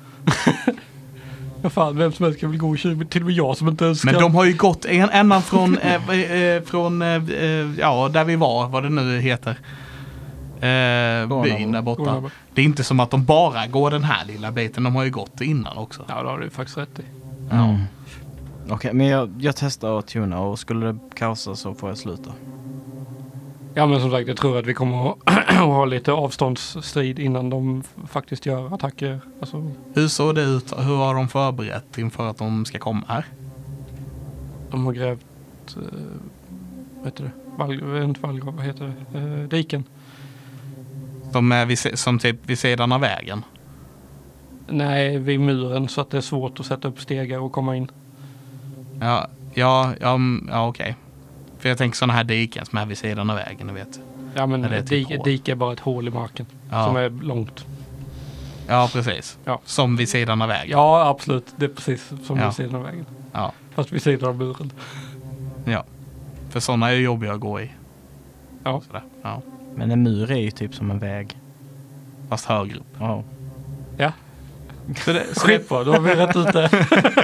S3: Ja fan, vem som helst kan väl gå tjugo minuter. Till och med jag som inte ens
S1: Men
S3: kan.
S1: de har ju gått en, ända från, eh, eh, från eh, eh, ja, där vi var, vad det nu heter. Eh, byn där borta.
S3: Gårdarna.
S1: Det är inte som att de bara går den här lilla biten, de har ju gått innan också.
S3: Ja, det har du faktiskt rätt i.
S2: Mm. Okej, men jag, jag testar att tuna och skulle det kaosa så får jag sluta.
S3: Ja, men som sagt, jag tror att vi kommer att att ha lite avståndsstrid innan de faktiskt gör attacker. Alltså,
S1: Hur såg det ut? Hur har de förberett inför att de ska komma här?
S3: de har grävt, eh, vad heter det? Val, inte vallgrav, vad heter det? Eh, diken.
S1: De är vid, som typ vid sidan av vägen.
S3: Nej, vid muren så att det är svårt att sätta upp stegar och komma in.
S1: Ja, ja, ja, mm, ja okej. För jag tänker sådana här diken som är vid sidan av vägen, ni vet.
S3: Ja, men
S1: Ja, det är
S3: ett
S1: typ
S3: dik,
S1: hål.
S3: dik är bara ett hål i marken
S1: Ja.
S3: som är långt.
S1: Ja, precis.
S3: Ja.
S1: Som vid sidan av vägen.
S3: Ja, absolut. Det är precis som
S1: Ja.
S3: vid sidan av vägen.
S1: Ja.
S3: Fast vid sidan av muren.
S1: Ja. För sådana är ju jobbiga att gå i.
S3: Ja.
S1: Sådär. Ja.
S2: Men en mur är ju typ som en väg.
S1: Fast högre upp.
S2: Ja.
S3: Ja,
S1: Så det, så det,
S3: skitbra. Då har vi rätt ut det.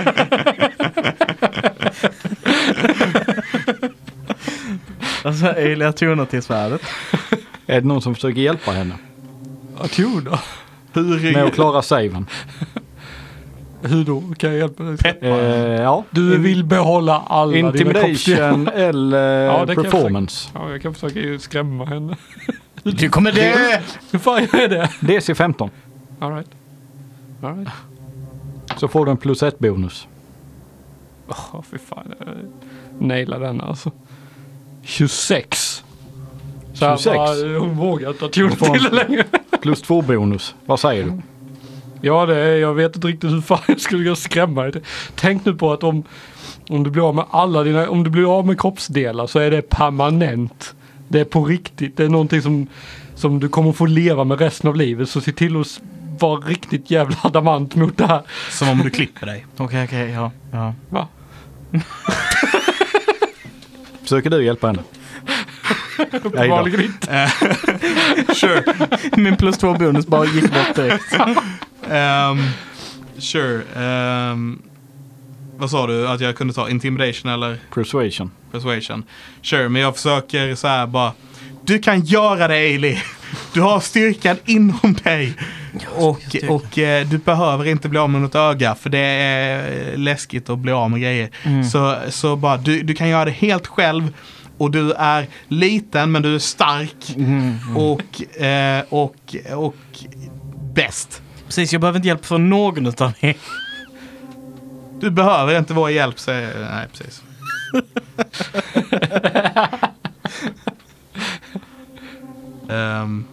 S2: Alltså, Elia tunar till svärdet.
S4: Är det någon som försöker hjälpa henne
S3: Ja, tuna.
S1: hur
S4: med att klara saven?
S3: Hur då? Kan jag hjälpa dig?
S1: peppar.
S4: Eh, ja.
S3: Du vill behålla alla dina kroppsdelar.
S4: Intimidation eller
S3: Ja, det kan jag
S4: performance.
S3: Ja, jag kan försöka ju skrämma henne.
S2: Du kommer dö!
S3: Hur fan är det?
S4: D C femton.
S3: All right. All right.
S4: Så får du en plus ett bonus.
S3: Åh, oh, fy fan. Jag nailar den alltså. tjugosex. Så här,
S4: tjugosex?
S3: bara, hon vågar inte tuna
S4: Fan.
S3: till det längre.
S4: Plus två bonus. Vad säger du?
S3: Ja, det är, jag vet inte riktigt hur fan jag skulle kunna skrämma dig. Tänk nu på att om, om du blir av med alla dina, om du blir av med kroppsdelar så är det permanent. Det är på riktigt. Det är någonting som, som du kommer få leva med resten av livet. Så se till att vara riktigt jävla adamant mot det här.
S1: Som om du klipper dig.
S2: Okej, okej, ja. ja.
S3: Va?
S4: Försöker du hjälpa henne?
S3: Uppenbarligen inte.
S1: Sure.
S2: Min plus två bonus bara gick bort direkt.
S1: Um, sure. Um, vad sa du? Att jag kunde ta intimidation eller
S4: Persuasion.
S1: persuasion? Sure, men jag försöker så här bara. Du kan göra det, Ailey. Du har styrkan inom dig. Och, och eh, du behöver inte bli av med något öga. För det är läskigt att bli av med grejer.
S2: Mm.
S1: Så, så bara, du, du kan göra det helt själv. Och du är liten men du är stark.
S2: Mm.
S1: Och, eh, och, och bäst.
S2: Precis, jag behöver inte hjälp från någon utan er.
S1: Du behöver inte vara hjälp, säger... Nej, precis. um,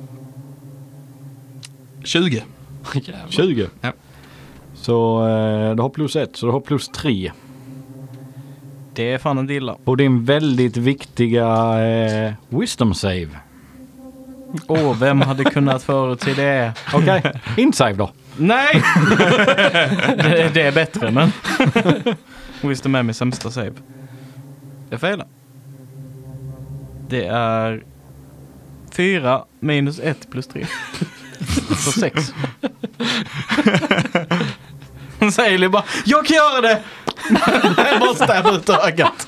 S1: tjugo.
S3: Jävlar.
S4: tjugo.
S1: Ja.
S4: Så eh, du har plus ett, så du har plus tre.
S2: Det är fan en dilla.
S4: På din väldigt viktiga eh, wisdom save.
S2: Åh, vem hade kunnat förutse det?
S4: Okej, okay. Insave då.
S2: Nej! det, det är bättre, men... Wisdom är min sämsta save. Jag felar. Det är... Fyra minus ett plus tre. Så sex. Säger Li bara, jag kan göra det! Jag bara stämmer ut ögat.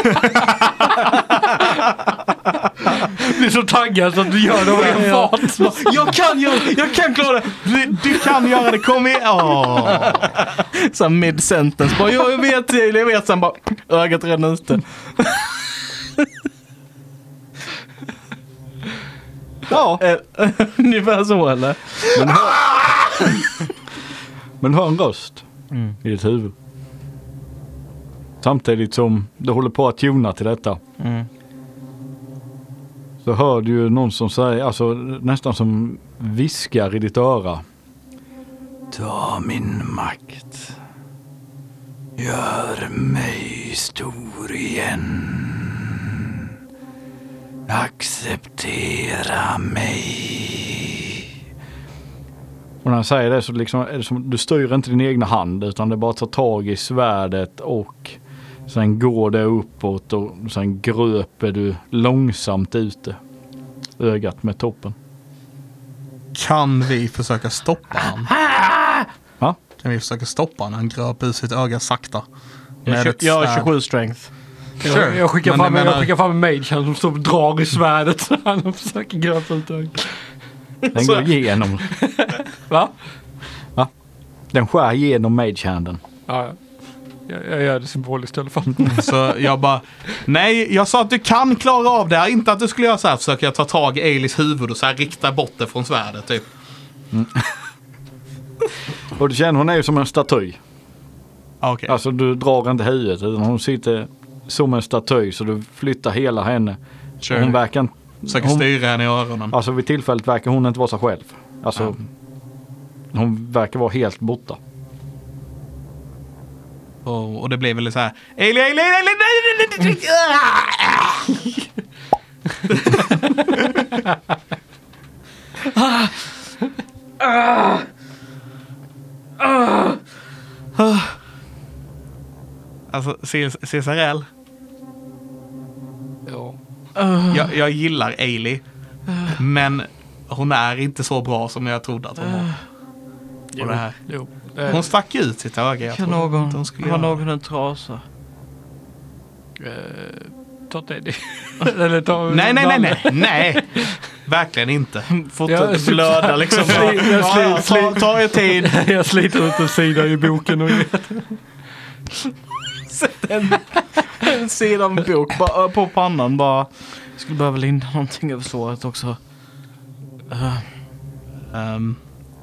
S3: Du är så taggad så att du gör det av en fart.
S2: Jag kan göra det! Jag kan klara det!
S1: Du, du kan göra det, kom igen! Åh.
S2: Så mid-sentence. Bara, jag vet, jag vet. Sen bara, ögat redan ute.
S4: Ja,
S2: Eh, Ungefär så, eller?
S4: men hör, men hör en röst
S2: Mm.
S4: i ditt huvud. Samtidigt som du håller på att tuna till detta.
S2: Mm.
S4: Så hör du ju någon som säger, alltså nästan som viskar i ditt öra. Ta min makt. Gör mig stor igen. Acceptera mig. Och när han säger det så liksom är det som, du styr inte din egna hand utan det bara tar tag i svärdet och Sen går det uppåt och sen gröper du långsamt ute ögat med toppen.
S1: Kan vi försöka stoppa han?
S4: Va?
S1: Kan vi försöka stoppa han? Han gröper ut sitt öga sakta.
S2: Jag,
S1: Med
S2: kö-
S1: ett
S2: jag har
S1: svärd.
S2: tjugosju strength.
S1: Sure.
S3: Jag, jag, skickar
S1: Men
S3: fram,
S1: jag
S3: jag,
S1: menar-
S3: skickar fram en mage han som står och drar i svärdet så han försöker gröpa ut ögat.
S4: Den går igenom.
S3: Va?
S4: Den skär igenom magehanden.
S3: Ja, ja. Jag, jag gör det symboliskt i alla fall.
S1: Så jag bara, nej, jag sa att du kan klara av det här. Inte att du skulle göra så här. Försöker jag ta tag i Eilis huvud och så här rikta bort det från svärdet typ.
S4: Och du känner hon är ju som en staty.
S1: Ah, okej.
S4: Alltså du drar inte huvudet utan hon sitter som en staty så du flyttar hela henne.
S1: Sure.
S4: Hon verkar inte...
S1: Försöker
S4: hon-
S1: styra henne i öronen.
S4: Alltså vid tillfället verkar hon inte vara sig själv. Alltså hon verkar vara helt borta.
S1: Och, och det blir väl så här, Eili, Eili, Eili, nej, nej, nej, nej. Alltså, C S R L.
S3: Ja.
S1: Jag, jag gillar Eili. Men hon är inte så bra som jag trodde att hon var.
S3: Jo,
S1: det här.
S3: jo.
S1: Hon stack ut sitt öga. Jag
S2: Kan
S1: trodde inte
S2: någon,
S1: hon skulle
S2: har
S1: göra.
S2: någon en trasa?
S3: Eh, ta Teddy. Eller ta...
S1: Nej, nej, nej, nej, nej. Verkligen inte.
S2: Fortsätter
S3: Jag-
S2: blöda liksom.
S3: Jag sli- jag sli-
S2: Ja, ta, ta er tid.
S3: Jag sliter ut en sida i boken och
S2: en, en sida av en bok bara, på pannan bara. Jag skulle behöva linda någonting över såret också. Uh,
S1: Um.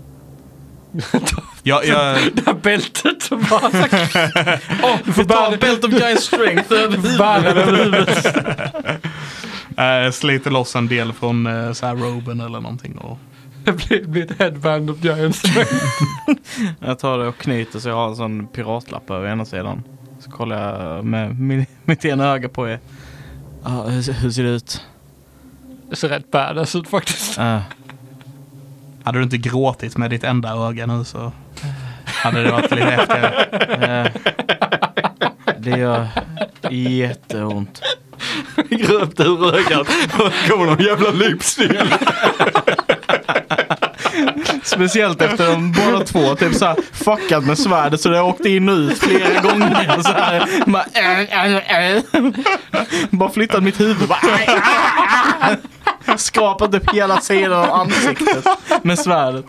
S1: jag, jag,
S3: det här bältet som bara
S2: oh, du får ta belt of giant strength över
S3: bära
S2: huvudet.
S3: över huvudet.
S1: äh, sliter loss en del från äh, så här roben eller någonting. Och...
S3: Det blir, blir ett headband of giant strength.
S2: Jag tar det och knyter så jag har en sån piratlapp över ena sidan. Så kollar jag med min, mitt ena öga på er. Ja, hur, hur ser det ut?
S3: Det ser rätt badass ut faktiskt.
S2: Uh,
S1: Hade du inte gråtit med ditt enda öga nu så hade det varit lite häftigare.
S2: uh, det gör jätteont.
S4: Gröpt ur ögat och kommer någon jävla lipstick.
S2: Speciellt efter de båda två typ så här fuckat med svärdet så det åkte in och ut flera gånger så här. Bara, äh, äh, äh. bara flyttat mitt huvud. Bara, äh, äh, äh. Skrapat upp hela sidan av ansiktet med svärdet.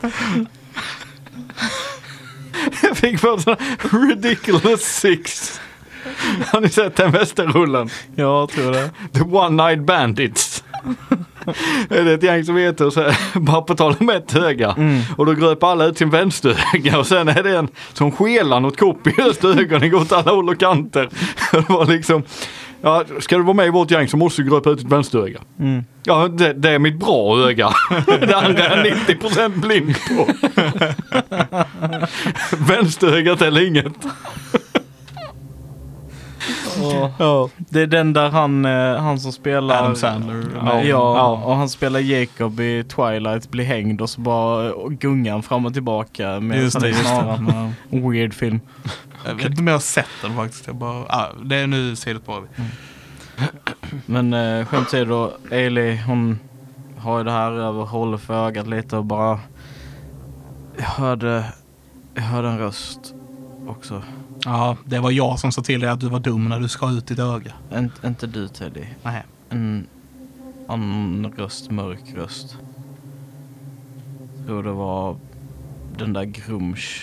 S4: Jag fick på en sån Ridiculous Six. Har ni sett den västerrullen?
S2: Ja, jag tror det.
S4: The One-Eyed Bandits. Det är ett gäng som heter så här, bara på tal om ett öga.
S2: Mm.
S4: Och då gröper alla ut sin vänsteröga och sen är det en som skelar något kopi i ögonen, går åt alla håll och kanter. Det var liksom, ja, ska du vara med i vårt gäng så måste du gröpa ut ditt vänsteröga.
S2: Mm.
S4: Ja, det, det är mitt bra öga. Det andra är nittio procent blind på. Vänsterögat eller inget.
S2: Och,
S4: Ja.
S2: det är den där han, eh, han som spelar
S1: Adam Sandler.
S2: Ja,
S4: Ja.
S2: och han spelar Jacob i Twilight, blir hängd och så bara och gungar han fram och tillbaka med
S1: Just det, just
S2: snaran.
S1: det.
S2: Weird film.
S1: Jag vet inte om jag har sett den faktiskt. Jag bara, ah, det är nu sidet på.
S2: Men eh, skämt åsido, Eili, hon har ju det här över håller för ögat lite och bara jag hörde jag hörde en röst också.
S1: Ja, det var jag som sa till dig att du var dum när du ska ut ditt öga.
S2: En, inte du Teddy.
S1: Nej.
S2: En annan röst, mörk röst. Jag tror det var den där Grumsh.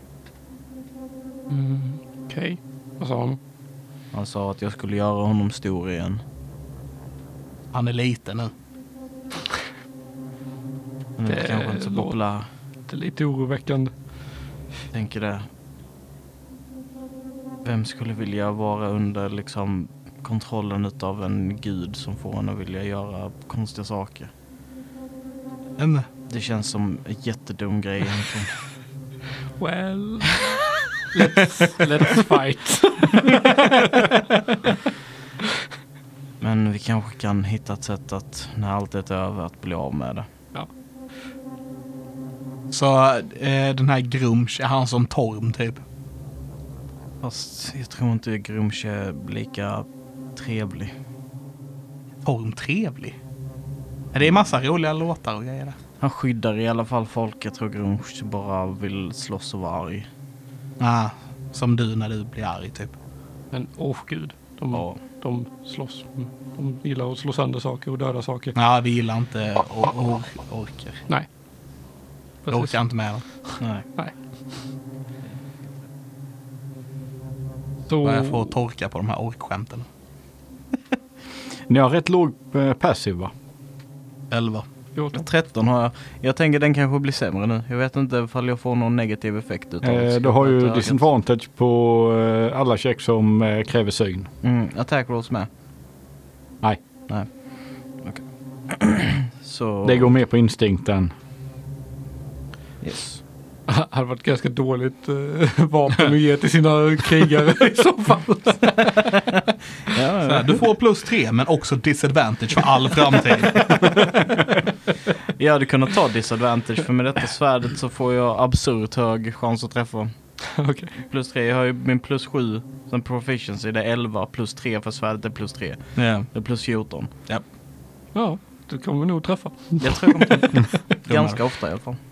S3: Mm, Okej. Okay. Vad sa hon?
S2: Han sa att jag skulle göra honom stor igen.
S1: Han är liten nu.
S2: Men det
S3: Det
S2: kanske inte så
S3: låter-
S2: populär.
S3: Det är lite oroväckande.
S2: Tänker det. Vem skulle vilja vara under liksom kontrollen utav en gud som får en att vilja göra konstiga saker?
S1: En,
S2: Det känns som en jättedum grej egentligen.
S3: Well... let's, let's fight.
S2: Men vi kanske kan hitta ett sätt att när allt är över att bli av med det.
S1: så eh, den här Grumsh är han som Torm typ.
S2: Fast jag tror inte Grumsh är lika trevlig.
S1: Form trevlig. Det är massa roliga låtar och grejer där.
S2: Han skyddar i alla fall folk. Jag tror Grumsh bara vill slåss och vara arg.
S1: Ah, som du när du blir arg typ.
S3: Men åh gud, de,
S2: Ja.
S3: de slåss. De gillar att slå sönder saker och döda saker.
S1: Ja, vi gillar inte or- or- orker.
S3: Nej.
S1: Jag orkar inte med dem.
S2: Nej.
S3: Nej. Så...
S1: Börjar få torka på de här orkskämten.
S4: Ni har rätt låg eh, passiv va?
S1: elva.
S3: fjorton.
S2: tretton har jag. Jag tänker den kanske blir sämre nu. Jag vet inte ifall jag får någon negativ effekt utav
S4: Eh, du har ju disadvantage på eh, alla check som eh, kräver syn.
S2: Mm, attack rolls med.
S4: Nej.
S2: Nej. Okej. Så...
S4: Det går mer på instinkten.
S2: Yes.
S3: Det hade varit ganska dåligt eh, vapen att ge till sina krigare i så fall.
S2: Ja,
S1: Så här, du får plus tre men också disadvantage för all framtid.
S2: jag hade kunnat ta disadvantage för med detta svärdet så får jag absurt hög chans att träffa.
S3: Okay.
S2: Plus tre, jag har ju min plus sju som proficiency, det är elva plus tre för svärdet är plus tre.
S1: Yeah.
S2: Det är plus fjorton.
S3: Ja, du kommer nog träffa.
S2: Jag tror jag kommer träffa ganska ofta i alla fall.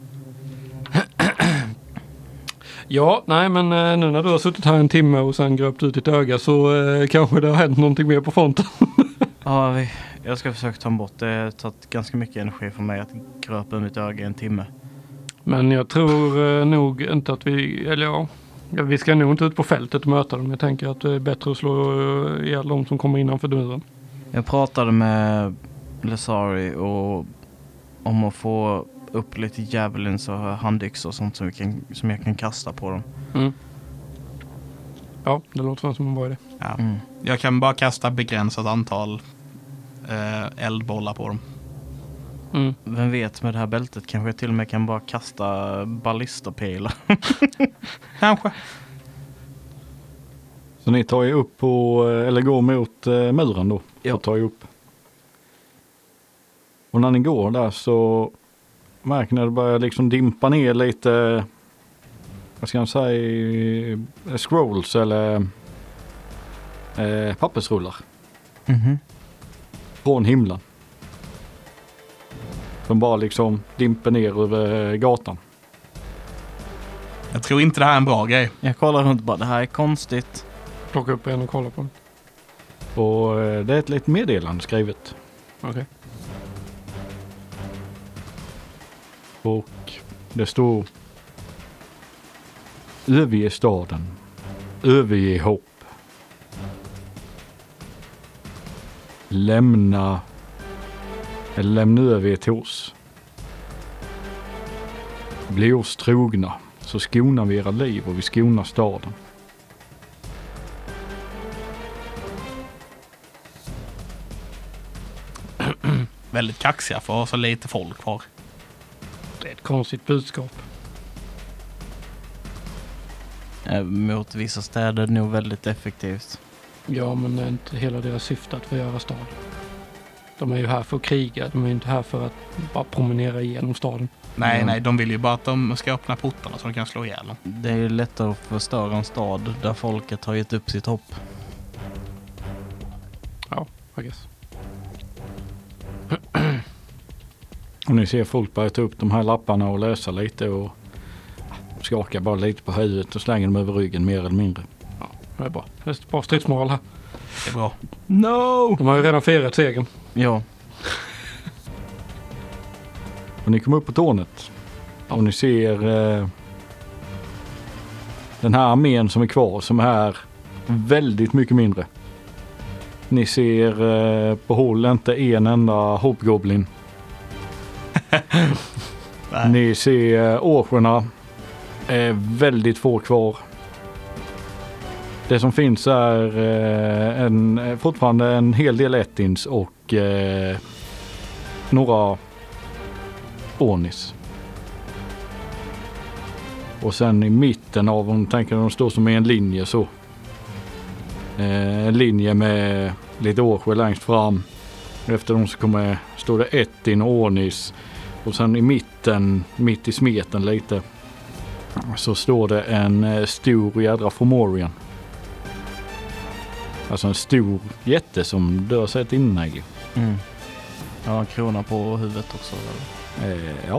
S3: Ja, nej men eh, nu när du har suttit här en timme och sen gröpt ut ditt öga så eh, kanske det har hänt någonting mer på fronten.
S2: Ja, vi, jag ska försöka ta bort det. Det har tagit ganska mycket energi för mig att gröpa mitt öga i en timme.
S3: Men jag tror eh, nog inte att vi, eller ja, ja, vi ska nog inte ut på fältet och möta dem. Jag tänker att det är bättre att slå eh, ihjäl de som kommer innanför dörren.
S2: Jag pratade med Lesari och om att få upp lite javelins och handyxor och sånt som, vi kan, som jag kan kasta på dem.
S3: Mm. Ja, det låter som en bra idé.
S1: Ja.
S2: Mm.
S1: Jag kan bara kasta begränsat antal eh, eldbollar på dem.
S3: Mm.
S2: Vem vet, med det här bältet kanske jag till och med kan bara kasta ballisterpilar.
S1: Kanske.
S4: Så ni tar ju upp på, eller går mot eh, muren då.
S2: Ja.
S4: Och tar ju upp. Och när ni går där så märker ni att det börjar liksom dimpa ner lite, vad ska jag säga, scrolls eller eh, pappersrullar
S2: Mhm.
S4: från himlen. Som bara liksom dimper ner över gatan.
S1: Jag tror inte det här är en bra grej.
S2: Jag kollar runt bara, det här är konstigt.
S3: Plocka upp en och kolla på den.
S4: Och eh, det är ett litet meddelande skrivet.
S3: Okej. Okay.
S4: Och det står: överge staden, överge hopp. Lämna, eller lämna över er till oss. Bli oss trogna, så skonar vi era liv och vi skonar staden.
S1: Väldigt kaxiga för att ha så lite folk kvar.
S3: Det är ett konstigt budskap.
S2: Eh, mot vissa städer är det nog väldigt effektivt.
S3: Ja, men det är inte hela deras syfte att förgöra staden. De är ju här för att kriga. De är ju inte här för att bara promenera igenom staden.
S1: Nej,
S2: Mm.
S1: nej, de vill ju bara att de ska öppna portarna så de kan slå ihjäl dem.
S2: Det är ju lättare att förstöra en stad där folket har gett upp sitt hopp.
S3: Ja, I guess.
S4: Och ni ser folk börja ta upp de här lapparna och läsa lite och skaka bara lite på huvudet och slänga dem över ryggen mer eller mindre.
S3: Ja, det är bra. Det är bra stridsmoral här.
S1: Det är bra.
S4: No!
S3: De har ju redan firat segern.
S2: Ja.
S4: Och ni kommer upp på tornet. Och ni ser eh, den här armén som är kvar som är väldigt mycket mindre. Ni ser eh, på håll inte en enda hobgoblin.
S1: Nej.
S4: Ni ser eh, årskorna är väldigt få kvar. Det som finns är eh, en, fortfarande en hel del ettins och eh, några Ornis. Och sen i mitten av dem tänker de står som i en linje så. Eh, en linje med lite årsjö längst fram. Efter dem så kommer står det Ettin och Ornis. Och sen i mitten, mitt i smeten lite, så står det en eh, stor jädra Fomorian. Alltså en stor jätte som dör sig ett innägg.
S2: Mm. Ja, en krona på huvudet också.
S4: Eh, ja.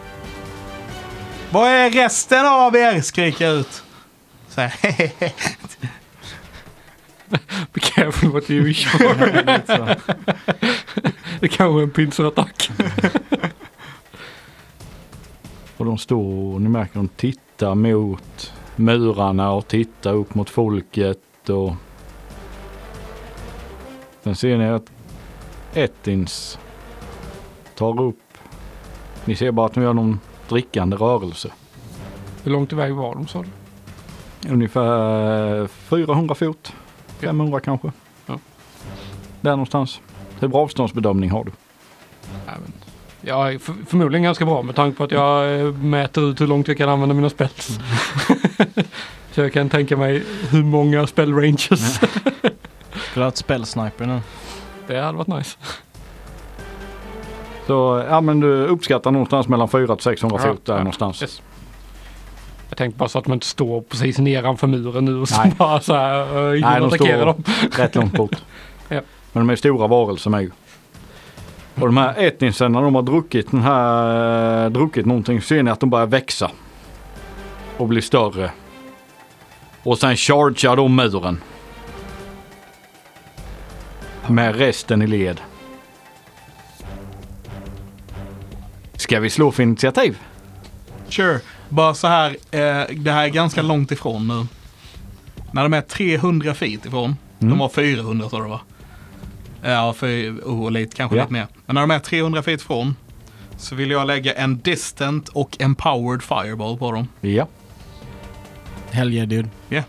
S1: Vad är resten av er? Skriker jag ut. Så här.
S3: Be careful what you wish for. Det kanske är en pinserattack.
S4: Och de står, ni märker de tittar mot murarna och tittar upp mot folket och sen ser ni att Ettins tar upp, ni ser bara att de gör någon drickande rörelse.
S3: Hur långt iväg var de, sa du?
S4: Ungefär fyrahundra fot, femhundra kanske.
S3: Ja.
S4: Där någonstans. Hur bra avståndsbedömning har du?
S3: Ja, men, jag är för, förmodligen ganska bra med tanke på att jag eh, mäter ut hur långt jag kan använda mina spells. Mm. Så jag kan tänka mig hur många spell ranges.
S2: Skulle ha ett spellsniper nu.
S3: Det hade varit nice.
S4: Så ja, men du uppskattar någonstans mellan fyra till sexhundra
S3: Ja,
S4: fot där
S3: ja,
S4: någonstans.
S3: yes. Jag tänkte bara så att man inte står precis nedanför muren nu och så
S4: Nej.
S3: bara så här uh,
S4: Nej, de
S3: attackera
S4: står
S3: dem.
S4: rätt långt bort.
S3: Ja.
S4: Men de är stora varelser med ju. Och de här etninsen, när de har druckit den här, druckit någonting, så ser ni att de börjar växa. Och blir större. Och sen chargear de muren. Med resten i led. Ska vi slå för initiativ?
S1: Sure. Bara så här, eh, det här är ganska långt ifrån nu. När de är trehundra feet ifrån,
S4: Mm.
S1: de var fyrahundra tror jag va? Ja, för oh, lite, kanske
S4: Ja.
S1: lite mer. Men när de är trehundra feet ifrån så vill jag lägga en distant och empowered fireball på dem.
S4: Ja.
S2: Hell yeah, dude.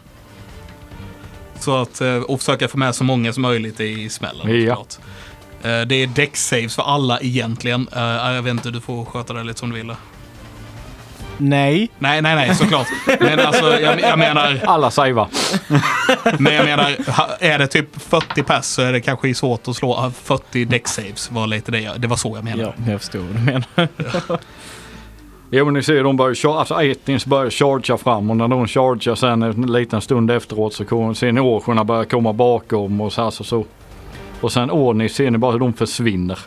S1: Så att, eh, och försöka få med så många som möjligt i smällen.
S4: Ja.
S1: Såklart. Eh, det är dex saves för alla egentligen. Eh, jag vet inte, du får sköta det lite som du vill.
S2: Nej.
S1: Nej, nej, nej, såklart. Men alltså, jag, jag menar...
S4: Alla savear.
S1: Men jag menar, ha- är det typ fyrtio pass så är det kanske svårt att slå fyrtio deck saves. Var lite det, jag, det var så jag menade.
S2: Ja, jag förstår vad du menar.
S4: Jo, men ni ser, de börjar charge, alltså etnins börjar chargea fram och när de chargear sen en liten stund efteråt så kommer, ser ni orcherna börja komma bakom och så här så, så. Och sen Orni ser ni bara hur de försvinner.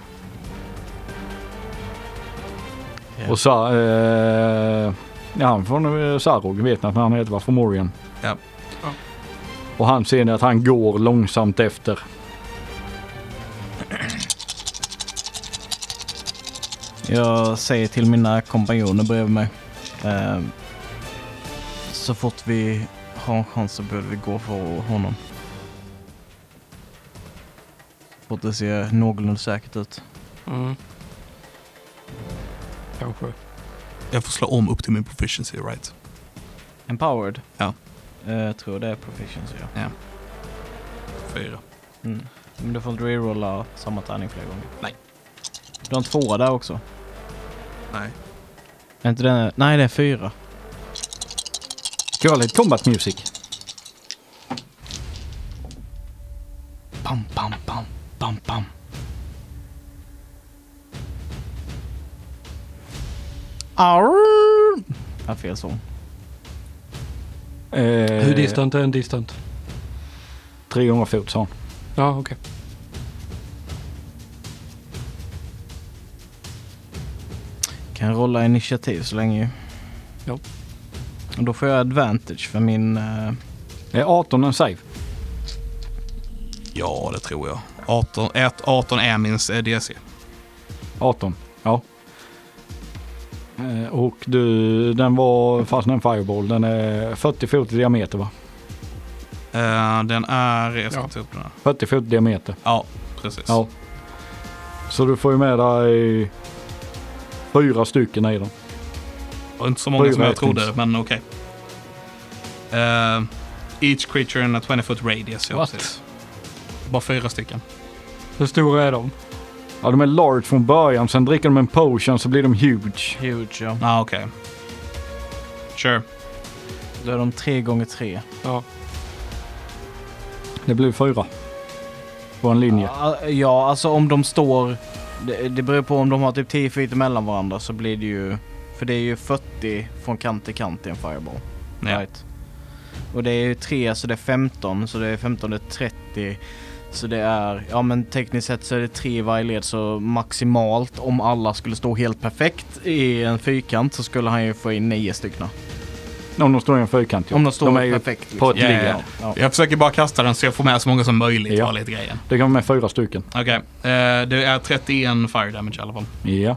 S2: Ja.
S4: Och så, eh, ja, han från Sarog vet ni att han heter, var Fomorian.
S1: Ja. Ja.
S4: Och han ser ni att han går långsamt efter.
S2: Jag säger till mina kompanjoner bredvid mig. Eh, så fort vi har en chans så bör vi gå för honom. Så fort det ser någorlunda säkert ut.
S3: Mm. Kanske.
S1: Jag får slå om upp till min proficiency, right?
S2: Empowered?
S1: Ja.
S2: Eh, jag tror det är proficiency, ja.
S1: Fyra.
S2: Mm. Men du får inte rerolla samma tärning fler gånger.
S1: Nej.
S2: Du har en tvåa där också.
S1: Nej.
S2: Är inte det? Nej, det är fyra.
S4: Ska jag ha lite combat music?
S2: Pam, pam, pam, pam, pam. Arr! Ja, fel sång.
S4: Eh,
S3: Hur distant är en distant?
S4: trehundra fot sa han.
S3: Ja, okej. Okay.
S2: Kan jag rolla initiativ så länge?
S3: Jo.
S2: Och då får jag advantage för min... Uh...
S4: Är arton en save?
S1: Ja, det tror jag. arton, ett, arton är min eh, D C.
S4: arton, ja. Eh, och du, den var fast en fireball. Den är fyrtio fot i diameter va?
S1: Uh, den är... Jag ska
S3: Ja.
S1: ta upp den här.
S4: fyrtio fot i diameter.
S1: Ja, precis.
S4: Ja. Så du får ju med dig fyra stycken i den.
S1: Och inte så många
S4: Fyra
S1: som jag
S4: rättnings.
S1: trodde, men okej. Uh, each creature in a twenty foot radius. Ja,
S3: What?
S1: precis. Bara fyra stycken.
S3: Hur stora är de?
S4: Ja, de är large från början. Sen dricker de en potion så blir de huge.
S2: Huge, ja.
S1: Ah, okej. Sure.
S2: Då är de tre gånger tre.
S3: Ja.
S4: Det blir fyra. På en linje.
S2: Ja, ja, alltså om de står... Det, det beror på om de har typ tio feet mellan varandra så blir det ju För det är ju fyrtio från kant till kant i en fireball.
S1: Ja.
S2: Right. Och det är ju tre, så det är femton. Så det är femton, det är trettio. Så det är, ja men tekniskt sett så är det tre i varje led. Så maximalt, om alla skulle stå helt perfekt i en fyrkant, så skulle han ju få in nio stycken.
S4: Om de står i en fyrkant. Ja.
S2: Om de står
S4: de är ju
S2: perfekt. Liksom.
S4: på ett
S1: Ja,
S4: led.
S1: ja,
S2: Ja.
S1: Jag försöker bara kasta den så jag får med så många som möjligt.
S4: Ja.
S1: Var lite grejen.
S4: Det kan vara med fyra stycken.
S1: Okej, okay. uh, det är trettioen fire damage i alla fall.
S4: Ja.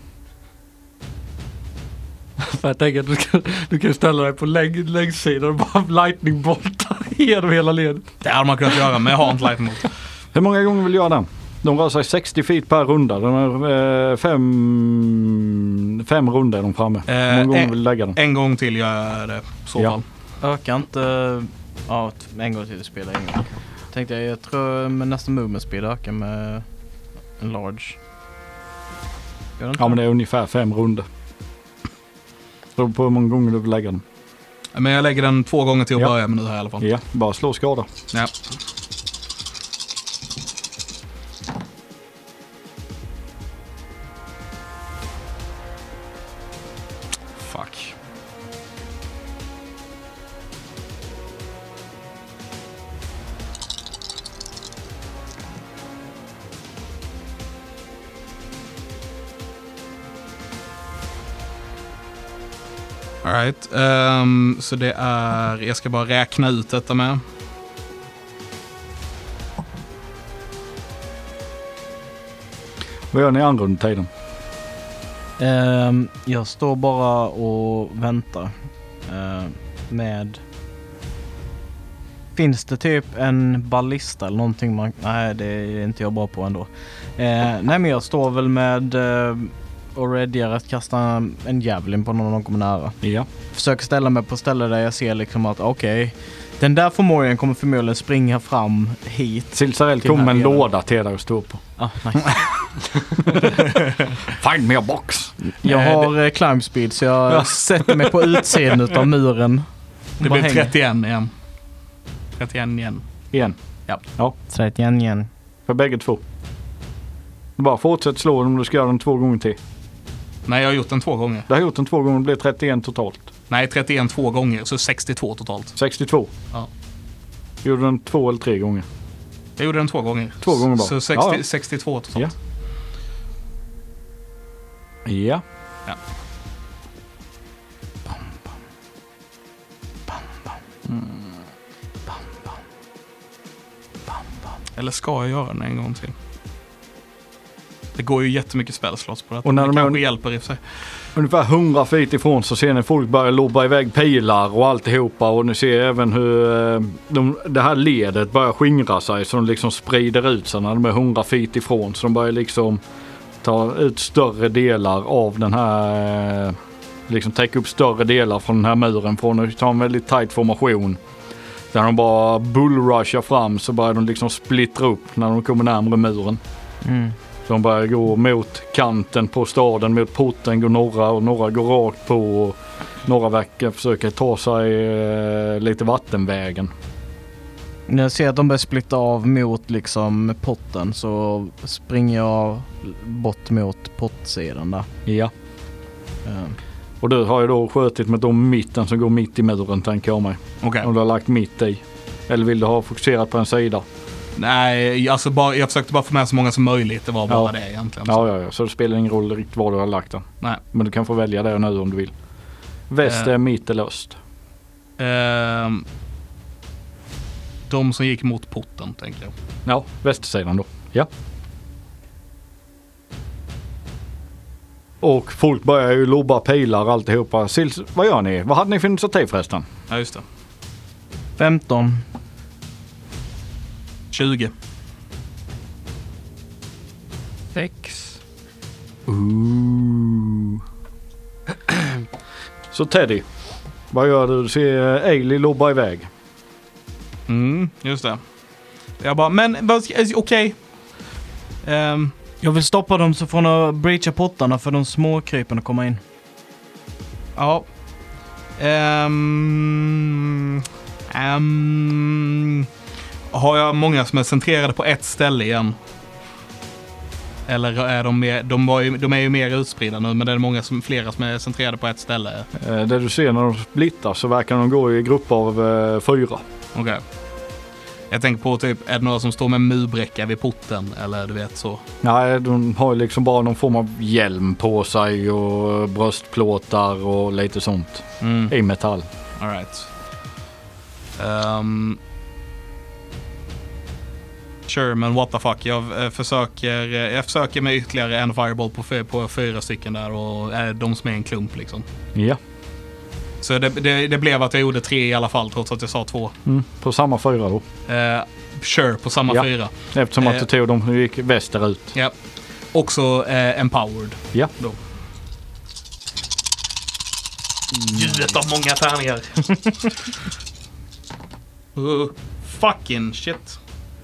S3: För jag tänker att du kan, du kan ställa dig på lägg, läggsidan och bara lightning-boltar genom hela ledet.
S1: Det hade man kunnat göra, men jag har inte lightning bolt.
S4: Hur många gånger vill du göra den? De rör sig sextio feet per runda. De är eh, fem, fem runder är de framme. Hur många
S1: Eh,
S4: gånger
S1: en-
S4: vill du lägga den?
S1: En gång till gör jag det i så
S4: Ja.
S1: fall.
S2: Ökar inte... Ja, t- en gång till spela en gång. Tänkte jag, jag tror med nästa movement speed ökar med en large. Gör det inte?
S4: Ja, men det är ungefär fem runder. Så på hur många gånger du vill lägga den.
S1: Men jag lägger den två gånger till att
S4: Ja.
S1: börja med nu här i alla fall.
S4: Ja, bara slå skada.
S1: Ja. Fuck. All right. Um, så det är, jag ska bara räkna ut detta med.
S4: Vad gör ni i andra under tiden?
S2: Ehm, jag står bara och väntar ehm, med... Finns det typ en ballista eller någonting man... Nej, det är inte jag bra på ändå. Ehm, nej, men jag står väl med uh, och readyar att kasta en javelin på någon av dem kommer nära.
S4: Ja.
S2: Försöker ställa mig på ställen där jag ser liksom att okej, okay, den där förmågan kommer förmodligen springa fram hit.
S4: Silsarell
S2: Till
S4: kommer
S2: den
S4: med
S2: här
S4: en
S2: delen.
S4: låda till dig att stå på.
S2: Ah, nice.
S4: Find me a box!
S2: Jag
S1: Nej,
S2: har eh, climb speed så jag
S1: Ja.
S2: sätter mig på utsidan av muren.
S1: Det
S2: Bara
S1: blir
S2: hänger.
S1: trettioen igen. trettioen igen.
S4: Igen.
S2: trettioen igen.
S4: För bägge två. Du bara fortsätt slå om du ska göra den två gånger till.
S1: Nej, jag har gjort den två gånger.
S4: Du har gjort den två gånger, det blir trettioen totalt.
S1: Nej, trettioen två gånger, så sextiotvå totalt.
S4: sextiotvå.
S1: Ja.
S4: Gjorde den två eller tre gånger?
S1: Jag gjorde den två gånger.
S4: Två gånger bara.
S1: Så sextio,
S4: Ja, ja.
S1: sextiotvå totalt.
S4: Ja.
S1: Ja. Eller ska jag göra den en gång till? Det går ju jättemycket spelslots på det.
S4: Och när
S1: det
S4: de är-
S1: kanske hjälper i och för sig.
S4: Ungefär hundra feet ifrån så ser ni folk börja lobba iväg pilar och alltihopa. Och ni ser även hur eh, de, det här ledet börjar skingra sig. Så de liksom sprider ut sig när de är hundra feet ifrån. Så de börjar liksom ta ut större delar av den här... Eh, liksom täcka upp större delar från den här muren. Från att ta en väldigt tight formation. När de bara bullrushar fram så börjar de liksom splittra upp när de kommer närmare muren.
S2: Mm.
S4: Så de börjar gå mot kanten på staden, mot porten går norra och norra går rakt på. Och norra verkar försöka ta sig eh, lite vattenvägen.
S2: När jag ser att de börjar splitta av mot liksom potten så springer jag bort mot pottsidan där.
S4: Ja.
S2: Ehm,
S4: Och du har ju då skjutit med de mitten som går mitt i muren, tänker jag mig.
S1: Okej.
S4: Om du har lagt mitt i. Eller vill du ha fokuserat på en sida?
S1: Nej, alltså bara, jag försökte bara få med så många som möjligt. Det var bara
S4: Ja.
S1: det egentligen.
S4: Ja, ja, ja. Så det spelar ingen roll riktigt var du har lagt den.
S1: Nej.
S4: Men du kan få välja det nu om du vill. Väst
S1: Eh.
S4: är mitt eller öst.
S1: Ehm, de som gick mot porten, tänker jag.
S4: Ja, västsidan då. Ja. Och folk börjar ju lobba pilar och alltihopa. Sils, vad gör ni? Vad hade ni för initiativ förresten?
S1: Ja, just det.
S2: femton.
S1: tjugo.
S3: Sex.
S4: Ooh. Så Teddy, vad gör du? Du ser Ailey lobba iväg.
S1: Mm, just det. Jag bara, men vad ska- okej. Okay. Ehm,
S2: Jag vill stoppa dem så från att breacha pottarna för de små krypen komma in.
S1: ja. Ehm, ehm, har jag många som är centrerade på ett ställe igen? Eller är de mer, de, var ju, de är ju mer utspridda nu, men det är många som, flera som är centrerade på ett ställe.
S4: Eh, det du ser när de splittar så verkar de gå i grupper av eh, fyra.
S1: Okej. Okay. Jag tänker på typ, är det några som står med murbräcka vid porten? Eller du vet så?
S4: Nej, de har liksom bara någon form av hjälm på sig och bröstplåtar och lite sånt.
S1: Mm.
S4: I metall.
S1: All right. Um, sure, men what the fuck. Jag uh, försöker uh, jag försöker med ytterligare en fireball på, f- på fyra stycken där och uh, de som är en klump liksom.
S4: Ja.
S1: Så det, det, det blev att jag gjorde tre i alla fall trots att jag sa två.
S4: Mm, på samma fyra då.
S1: Uh, sure, på samma
S4: ja.
S1: fyra.
S4: Eftersom
S1: uh,
S4: att du tog dem som gick västerut.
S1: Ja. Också uh, empowered.
S4: Ja.
S1: Då. Ljudet av många tärningar. uh, fucking shit.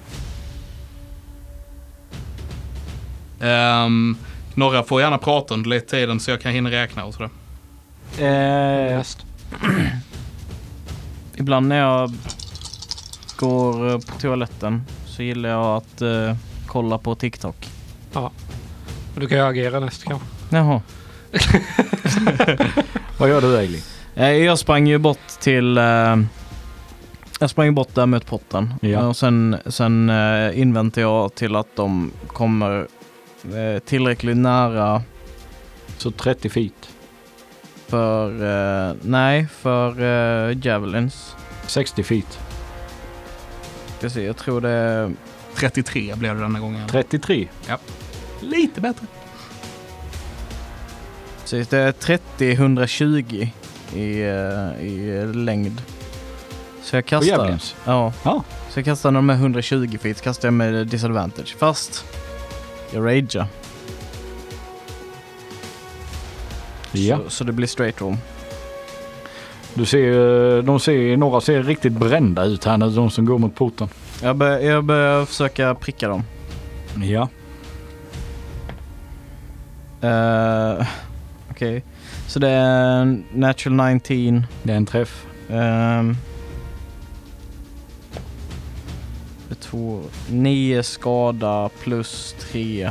S1: Um, några får gärna prata under lite tiden så jag kan hinna räkna och sådär.
S2: Eh, ibland när jag går på toaletten så gillar jag att eh, kolla på TikTok.
S3: Ja. Du kan ju agera nästa kanske.
S2: Jaha.
S4: Vad gör du, Ailey?
S2: Eh, jag sprang ju bort till... Eh, jag sprang bort där med potten.
S4: Ja.
S2: Och sen, sen eh, inväntar jag till att de kommer eh, tillräckligt nära.
S4: Så trettio feet.
S2: För... Eh, nej, för eh, javelins.
S4: sextio feet.
S2: Ska se, jag tror det är...
S1: trettiotre blev det denna gången.
S4: trettiotre.
S1: Ja. Lite bättre.
S2: Så det är trettio etthundratjugo i, uh, i längd. Så jag kastar...
S4: javelins?
S2: Ja.
S4: Ja.
S2: Så jag kastar när de är etthundratjugo feet, kastar jag med disadvantage. Fast jag ragear.
S4: Ja.
S2: Så, så det blir straight room.
S4: Du ser, de ser, några ser riktigt brända ut här nu, de som går mot porten.
S2: Jag börjar, jag börjar försöka pricka dem.
S4: Ja.
S2: Uh, Okej. Okay. Så det är natural nitton.
S4: Det är en träff.
S2: Um, det är två, nio skada plus tre.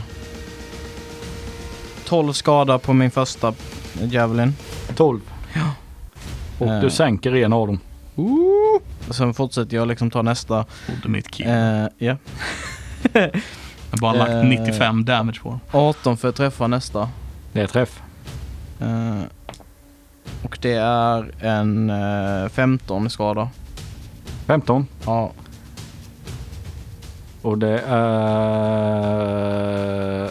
S2: tolv skada på min första javelin.
S4: tolv.
S2: Ja.
S4: Och
S2: Uh.
S4: du sänker en av dem.
S2: Uh. Och sen fortsätter jag liksom ta nästa.
S1: Bodde mitt kill.
S2: Uh, yeah.
S1: Jag har bara lagt
S2: Uh.
S1: nittiofem damage på dem.
S2: arton för att träffa nästa.
S4: Det är träff.
S2: Uh, och det är en uh, femton skada.
S4: femton.
S2: Ja.
S4: Och det är...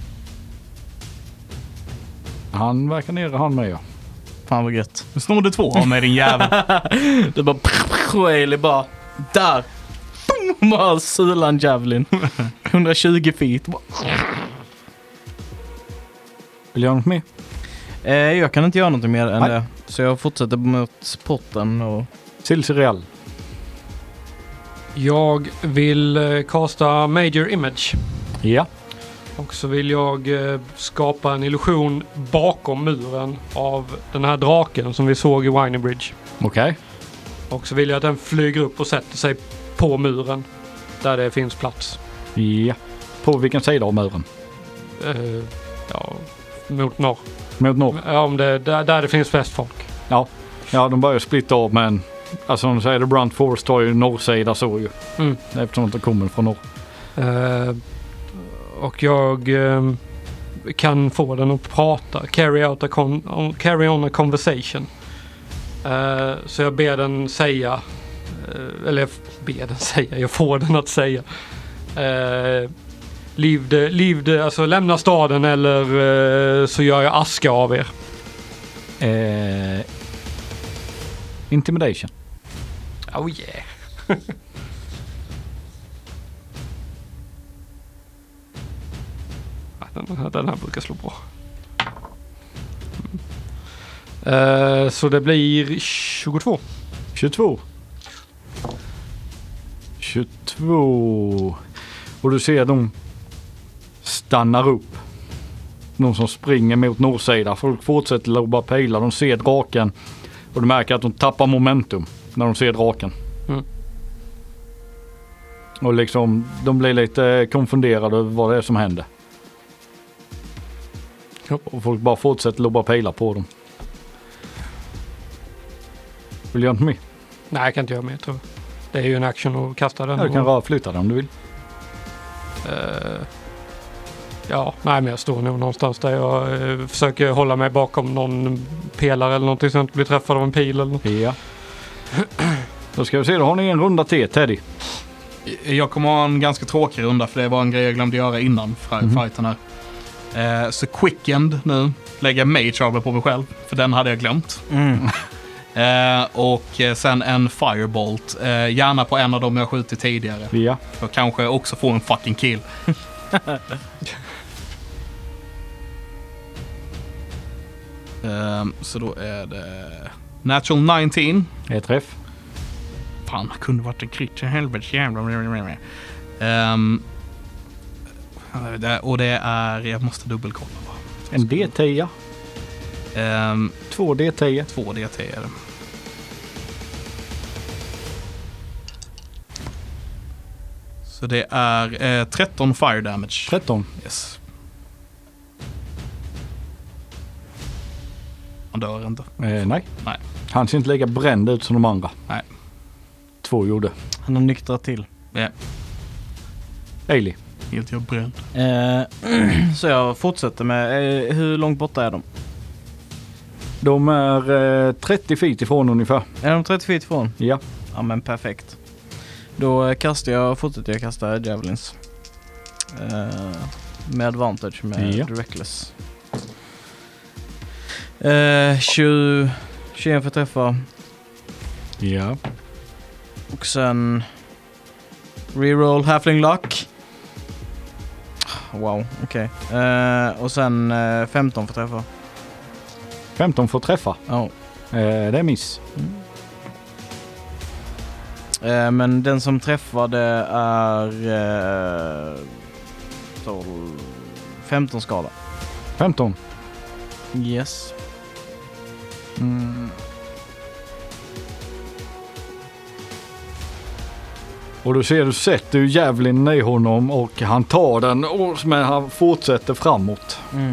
S4: Han verkar nere, han med, ja.
S2: Fan vad gött.
S1: Du snodde två av mig, din jävel.
S2: Det bara... Eller bara... Där! Boom! Bara sulan javelin. etthundratjugo feet.
S4: Vill du göra något mer?
S2: Eh, jag kan inte göra något mer än
S4: Nej.
S2: det. Så jag fortsätter mot potten och...
S4: Silserial.
S3: Jag vill eh, kasta Major Image.
S4: Ja.
S3: Och så vill jag eh, skapa en illusion bakom muren av den här draken som vi såg i Winey Bridge.
S4: Okej. Okay.
S3: Och så vill jag att den flyger upp och sätter sig på muren där det finns plats.
S4: Ja. På vilken sida av muren?
S3: Eh, ja, mot norr.
S4: Mot norr?
S3: Ja, om det, där, där det finns flest folk.
S4: Ja. Ja, de börjar splitta av, men alltså om du säger det, Brunt Force tar ju norrsida så ju.
S3: Mm.
S4: Eftersom det kommer från norr.
S3: Eh, och jag eh, kan få den att prata. Carry, out a con- on, carry on a conversation. Eh, så jag ber den säga, eh, eller jag ber den säga, jag får den att säga. Eh, leave the, leave the, alltså lämna staden eller eh, så gör jag aska av er.
S4: Eh, intimidation.
S3: Oh yeah. Den här, den här brukar slå bra. Mm. Uh, så det blir tjugotvå.
S4: tjugotvå. tjugotvå. Och du ser de stannar upp. De som springer mot norrsida. Folk fortsätter lobba pejlar. De ser draken. Och du märker att de tappar momentum när de ser draken.
S3: Mm.
S4: Och liksom de blir lite konfunderade över vad det är som händer. Och folk bara fortsätter lobba pilar på dem. Vill jag inte med?
S3: Nej, jag kan inte göra mer tror jag. Det är ju en action att kasta den.
S4: Ja, du kan röra flytta den om du vill.
S3: Uh, ja, nej men jag står nog någonstans där jag uh, försöker hålla mig bakom någon pelare eller någonting så jag inte blir träffad av en pil eller något.
S4: Ja. Då ska vi se, då har ni en runda till, Teddy.
S1: Jag kommer ha en ganska tråkig runda för det var en grej jag glömde göra innan
S4: Mm.
S1: fighten här. Eh, så Quickened nu, lägga Mage Armor på mig själv, för den hade jag glömt.
S2: Mm.
S1: Eh, och eh, sen en Firebolt, eh, gärna på en av dem jag skjutit tidigare.
S4: Ja.
S1: För kanske också få en fucking kill. eh, så då är det Natural nitton.
S4: Ett träff.
S1: Fan, det kunde varit en crit. Helvetes jävla. Um, och det är, jag måste dubbelkolla bara.
S4: En D tio.
S1: Um,
S4: Två D tio.
S1: två D T är det. Så det är eh, tretton fire damage.
S4: tretton.
S1: Yes. Han dör inte.
S4: Eh, nej.
S1: Nej.
S4: Han ser inte lika bränd ut som de andra.
S1: Nej.
S4: Två gjorde.
S2: Han har nyktrat till.
S1: Ja,
S4: Ailey.
S1: helt jag bränd.
S2: Eh, så jag fortsätter med, eh, hur långt borta är de?
S4: De är eh, trettio feet ifrån ungefär.
S2: Är de trettio feet ifrån?
S4: Ja.
S2: Ja men perfekt. Då eh, kastar jag, fortsätter jag kasta Javelins. Eh, med advantage med
S4: Ja.
S2: Reckless. Eh, tjugo, tjugoett för träffa.
S4: Ja.
S2: Och sen reroll Halfling Luck. Wow, okej. Okay. Eh, och sen eh, femton för träffa.
S4: femton får träffa.
S2: Ja.
S4: Eh, det är miss.
S2: Eh, men den som träffade är eh, tolv, femton skada.
S4: femton.
S2: Yes.
S4: Mm. Och du ser, du sätter ju jävlin i honom och han tar den och men han fortsätter framåt.
S2: Mm.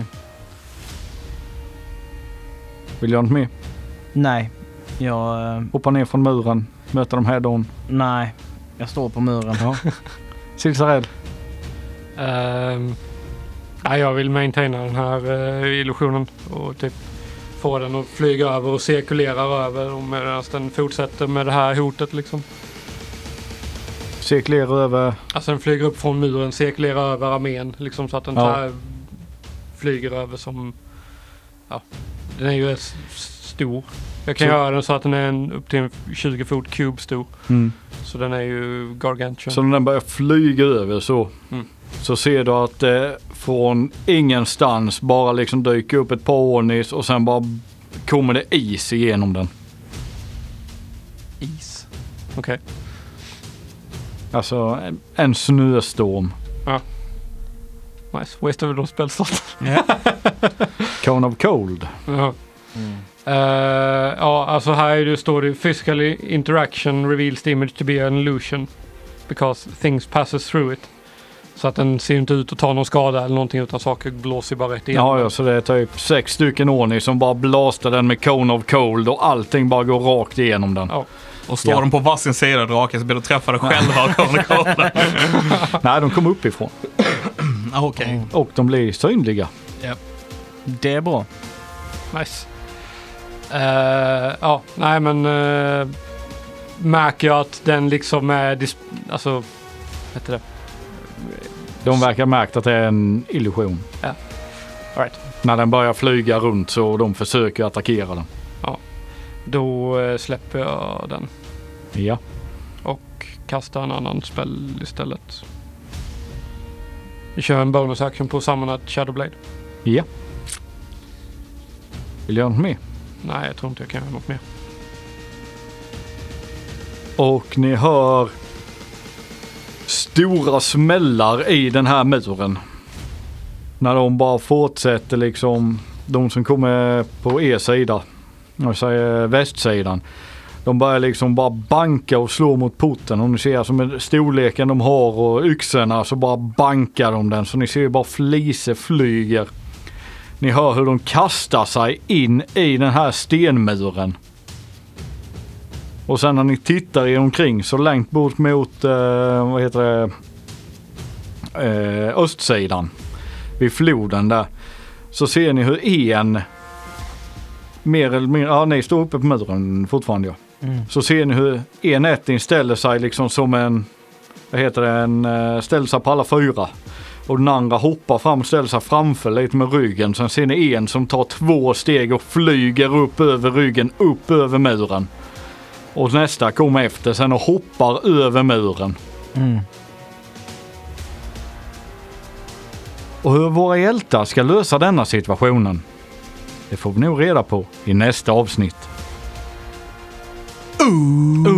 S4: Vill jag inte med?
S2: Nej. Jag... Eh,
S4: Hoppa ner från muren, möta de här don.
S2: nej. Jag står på muren.
S4: Ja. Silsa rädd.
S3: Um, nej, jag vill maintaina den här uh, illusionen och typ få den att flyga över och cirkulera över och medan den fortsätter med det här hotet liksom.
S4: Cirkulerar över.
S3: Alltså den flyger upp från muren, cirkulerar över armén liksom så att den
S4: Ja.
S3: tar, flyger över som, ja, den är ju s- stor. Jag kan
S4: Så-
S3: göra den så att den är en, upp till en tjugo fot cube stor.
S4: Mm.
S3: Så den är ju gargantuan.
S4: Så när den börjar flyga över så,
S3: Mm.
S4: så ser du att eh, från ingenstans bara liksom dyker upp ett par ornis och sen bara kommer det is igenom den.
S3: Is. Okej.
S4: Alltså en, en snöstorm.
S3: Nice. Waste of those spellslot.
S4: Cone of cold.
S3: Ja.
S2: Mm.
S3: Uh, ja, alltså här är det, står det physically interaction reveals the image to be an illusion because things passes through it. Så att den ser inte ut att ta någon skada eller någonting utan saker blåser bara rätt igenom.
S4: Ja, ja, så det är typ sex stycken ornis som bara blastar den med Cone of cold och allting bara går rakt igenom den.
S3: Ja.
S1: Och står
S4: Ja.
S1: de på varsin sida av draken så blir de träffade själva och kommer kolla.
S4: Nej, de kommer uppifrån.
S1: Ah, okej.
S4: Och de blir synliga.
S2: Det är bra.
S3: Nice. Uh, ja, nej men uh, märker jag att den liksom är dis- alltså, vad heter det?
S4: De verkar ha märkt att det är en illusion.
S3: Ja. All right.
S4: När den börjar flyga runt så de försöker attackera den.
S3: Då uh, släpper jag den
S4: Ja.
S3: och kastar en annan spel istället. Vi kör en bonus action på sammanat Shadowblade.
S4: Ja. Vill du göra något mer?
S3: Nej, jag tror inte jag kan göra något mer.
S4: Och ni hör stora smällar i den här muren. När de bara fortsätter liksom, de som kommer på er sida, jag säger västsidan, de börjar liksom bara banka och slå mot porten. Och ni ser alltså med storleken de har och yxorna så bara bankar de den. Så ni ser bara fliser flyger Ni hör hur de kastar sig in i den här stenmuren. Och sen när ni tittar er omkring så långt bort mot eh, vad heter det, eh, östsidan vid floden där, så ser ni hur en mer eller mindre, ja ni står uppe på muren fortfarande ja. Mm. Så ser ni hur en ätting ställer sig liksom som en, vad heter det, en, ställer sig på alla fyra. Och den andra hoppar fram och ställer sig framför lite med ryggen. Sen ser ni en som tar två steg och flyger upp över ryggen, upp över muren. Och nästa kommer efter sen och hoppar över muren. Mm. Och hur våra hjältar ska lösa denna situationen, det får vi nog reda på i nästa avsnitt.
S2: Ooh.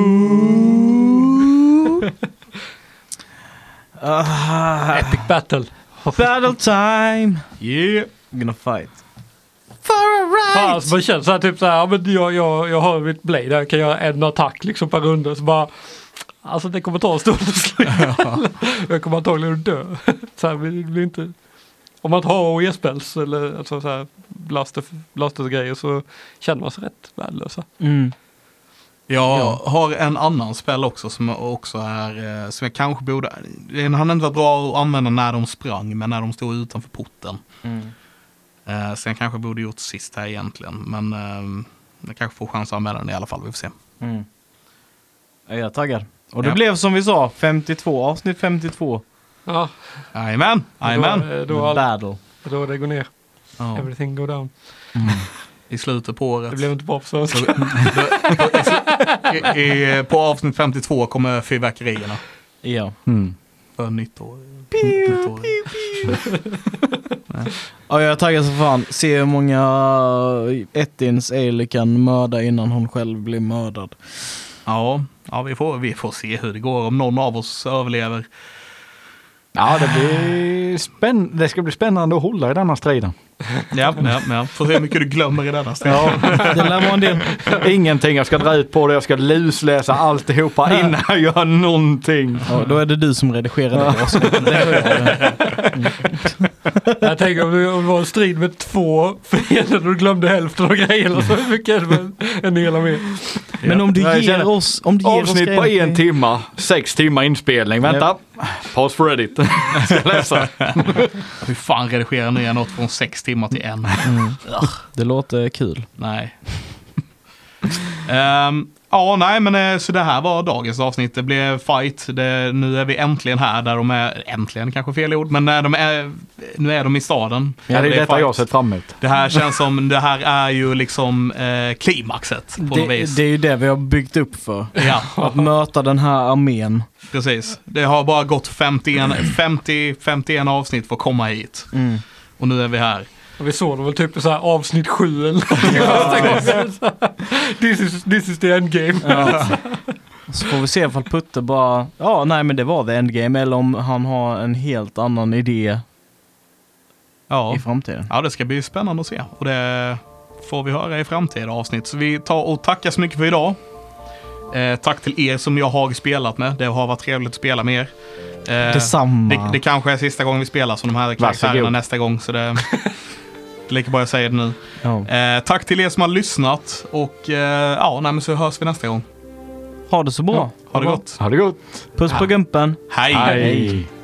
S2: uh,
S3: Epic battle.
S2: Battle time.
S1: Yeah.
S2: We're gonna fight.
S3: For a right. Alltså, man känner så här, typ så här, ja, men jag, jag, jag har mitt blade där, kan göra en attack liksom per runda, så bara, alltså det kommer ta en stund att slå. Jag kommer antagligen dö. Så här, det blir inte, om man inte har O E-spels eller alltså så här blaster, blaster grejer, så känner man sig rätt värdelösa.
S1: Mm. Jag ja. har en annan spel också som också är, som jag kanske borde, den hade inte varit bra att använda när de sprang, men när de stod utanför porten. Mm. Uh, så jag kanske borde gjort sist här egentligen, men uh, jag kanske får chans att använda den i alla fall, vi får se.
S2: Mm. Jag är taggad. Och det ja. blev som vi sa, femtiotvå, avsnitt femtiotvå.
S3: Ja.
S1: Jajamän, jajamän.
S3: Då, då, all,
S2: battle.
S3: Då det går ner. Oh. Everything go down.
S1: Mm. I slutet på året.
S3: Det blev inte bra på svenska.
S1: I, i, på avsnitt femtiotvå kommer fyrverkerierna.
S2: Ja.
S1: Mm. För nytt år.
S2: Piu, nytt år. Piu, piu. Ja, jag taggar så fan. Se hur många Ettins Ailey kan mörda innan hon själv blir mördad.
S1: Ja, ja vi, får, vi får se hur det går. Om någon av oss överlever.
S4: Ja, det blir spänn- det ska bli spännande att hålla i denna striden.
S1: Ja, ja, ja. Får se hur mycket du glömmer i denna striden.
S2: Ja, det lär vara en del.
S4: Ingenting, jag ska dra ut på det. Jag ska lusläsa alltihopa innan jag gör någonting.
S2: Ja, då är det du som redigerar det. det
S3: jag tänker om det var en strid med två fiender och du glömde hälften av grejerna, så mycket en, en hela med.
S2: Men om du
S4: jag
S2: ger oss om du ger
S4: avsnitt
S2: oss
S4: på en timma, sex timmar inspelning. Vänta, ja. Pause for edit. Ska läsa.
S1: Hur fan redigerar ni något från sex timmar till en?
S2: Mm. Det låter kul.
S1: Nej. um, ja, nej, men så det här var dagens avsnitt. Det blev fight. Det, nu är vi äntligen här där de är, äntligen kanske fel ord, men när de är, nu är de i staden.
S4: Ja, det är detta jag sett fram emot.
S1: Det här känns som, det här är ju liksom eh, klimaxet på
S2: det,
S1: något vis.
S2: Det är ju det vi har byggt upp för.
S1: Ja.
S2: Att möta den här armén.
S1: Precis. Det har bara gått femtioen, femtio, femtioen avsnitt för att komma hit. Mm. Och nu är vi här.
S3: Och vi såg det väl typ så här avsnitt sju eller första gången. This is, this is the endgame.
S2: Ja. Så får vi se ifall Putte bara, ja nej men det var the endgame, eller om han har en helt annan idé ja. i framtiden.
S1: Ja, det ska bli spännande att se. Och det får vi höra i framtida avsnitt. Så vi tar och tackar så mycket för idag. Eh, tack till er som jag har spelat med. Det har varit trevligt att spela med er. Eh,
S2: Detsamma.
S1: Det, det kanske är sista gången vi spelar som de här karaktärerna nästa gång. Så det, det är lika bra jag säger det nu. Ja. Eh, tack till er som har lyssnat. Och eh, ja, nej, men så hörs vi nästa gång.
S2: Ha det så bra.
S1: Ja, ha det gott.
S4: Ha det gott.
S2: Puss på gumpen.
S1: Hej.
S4: Hej.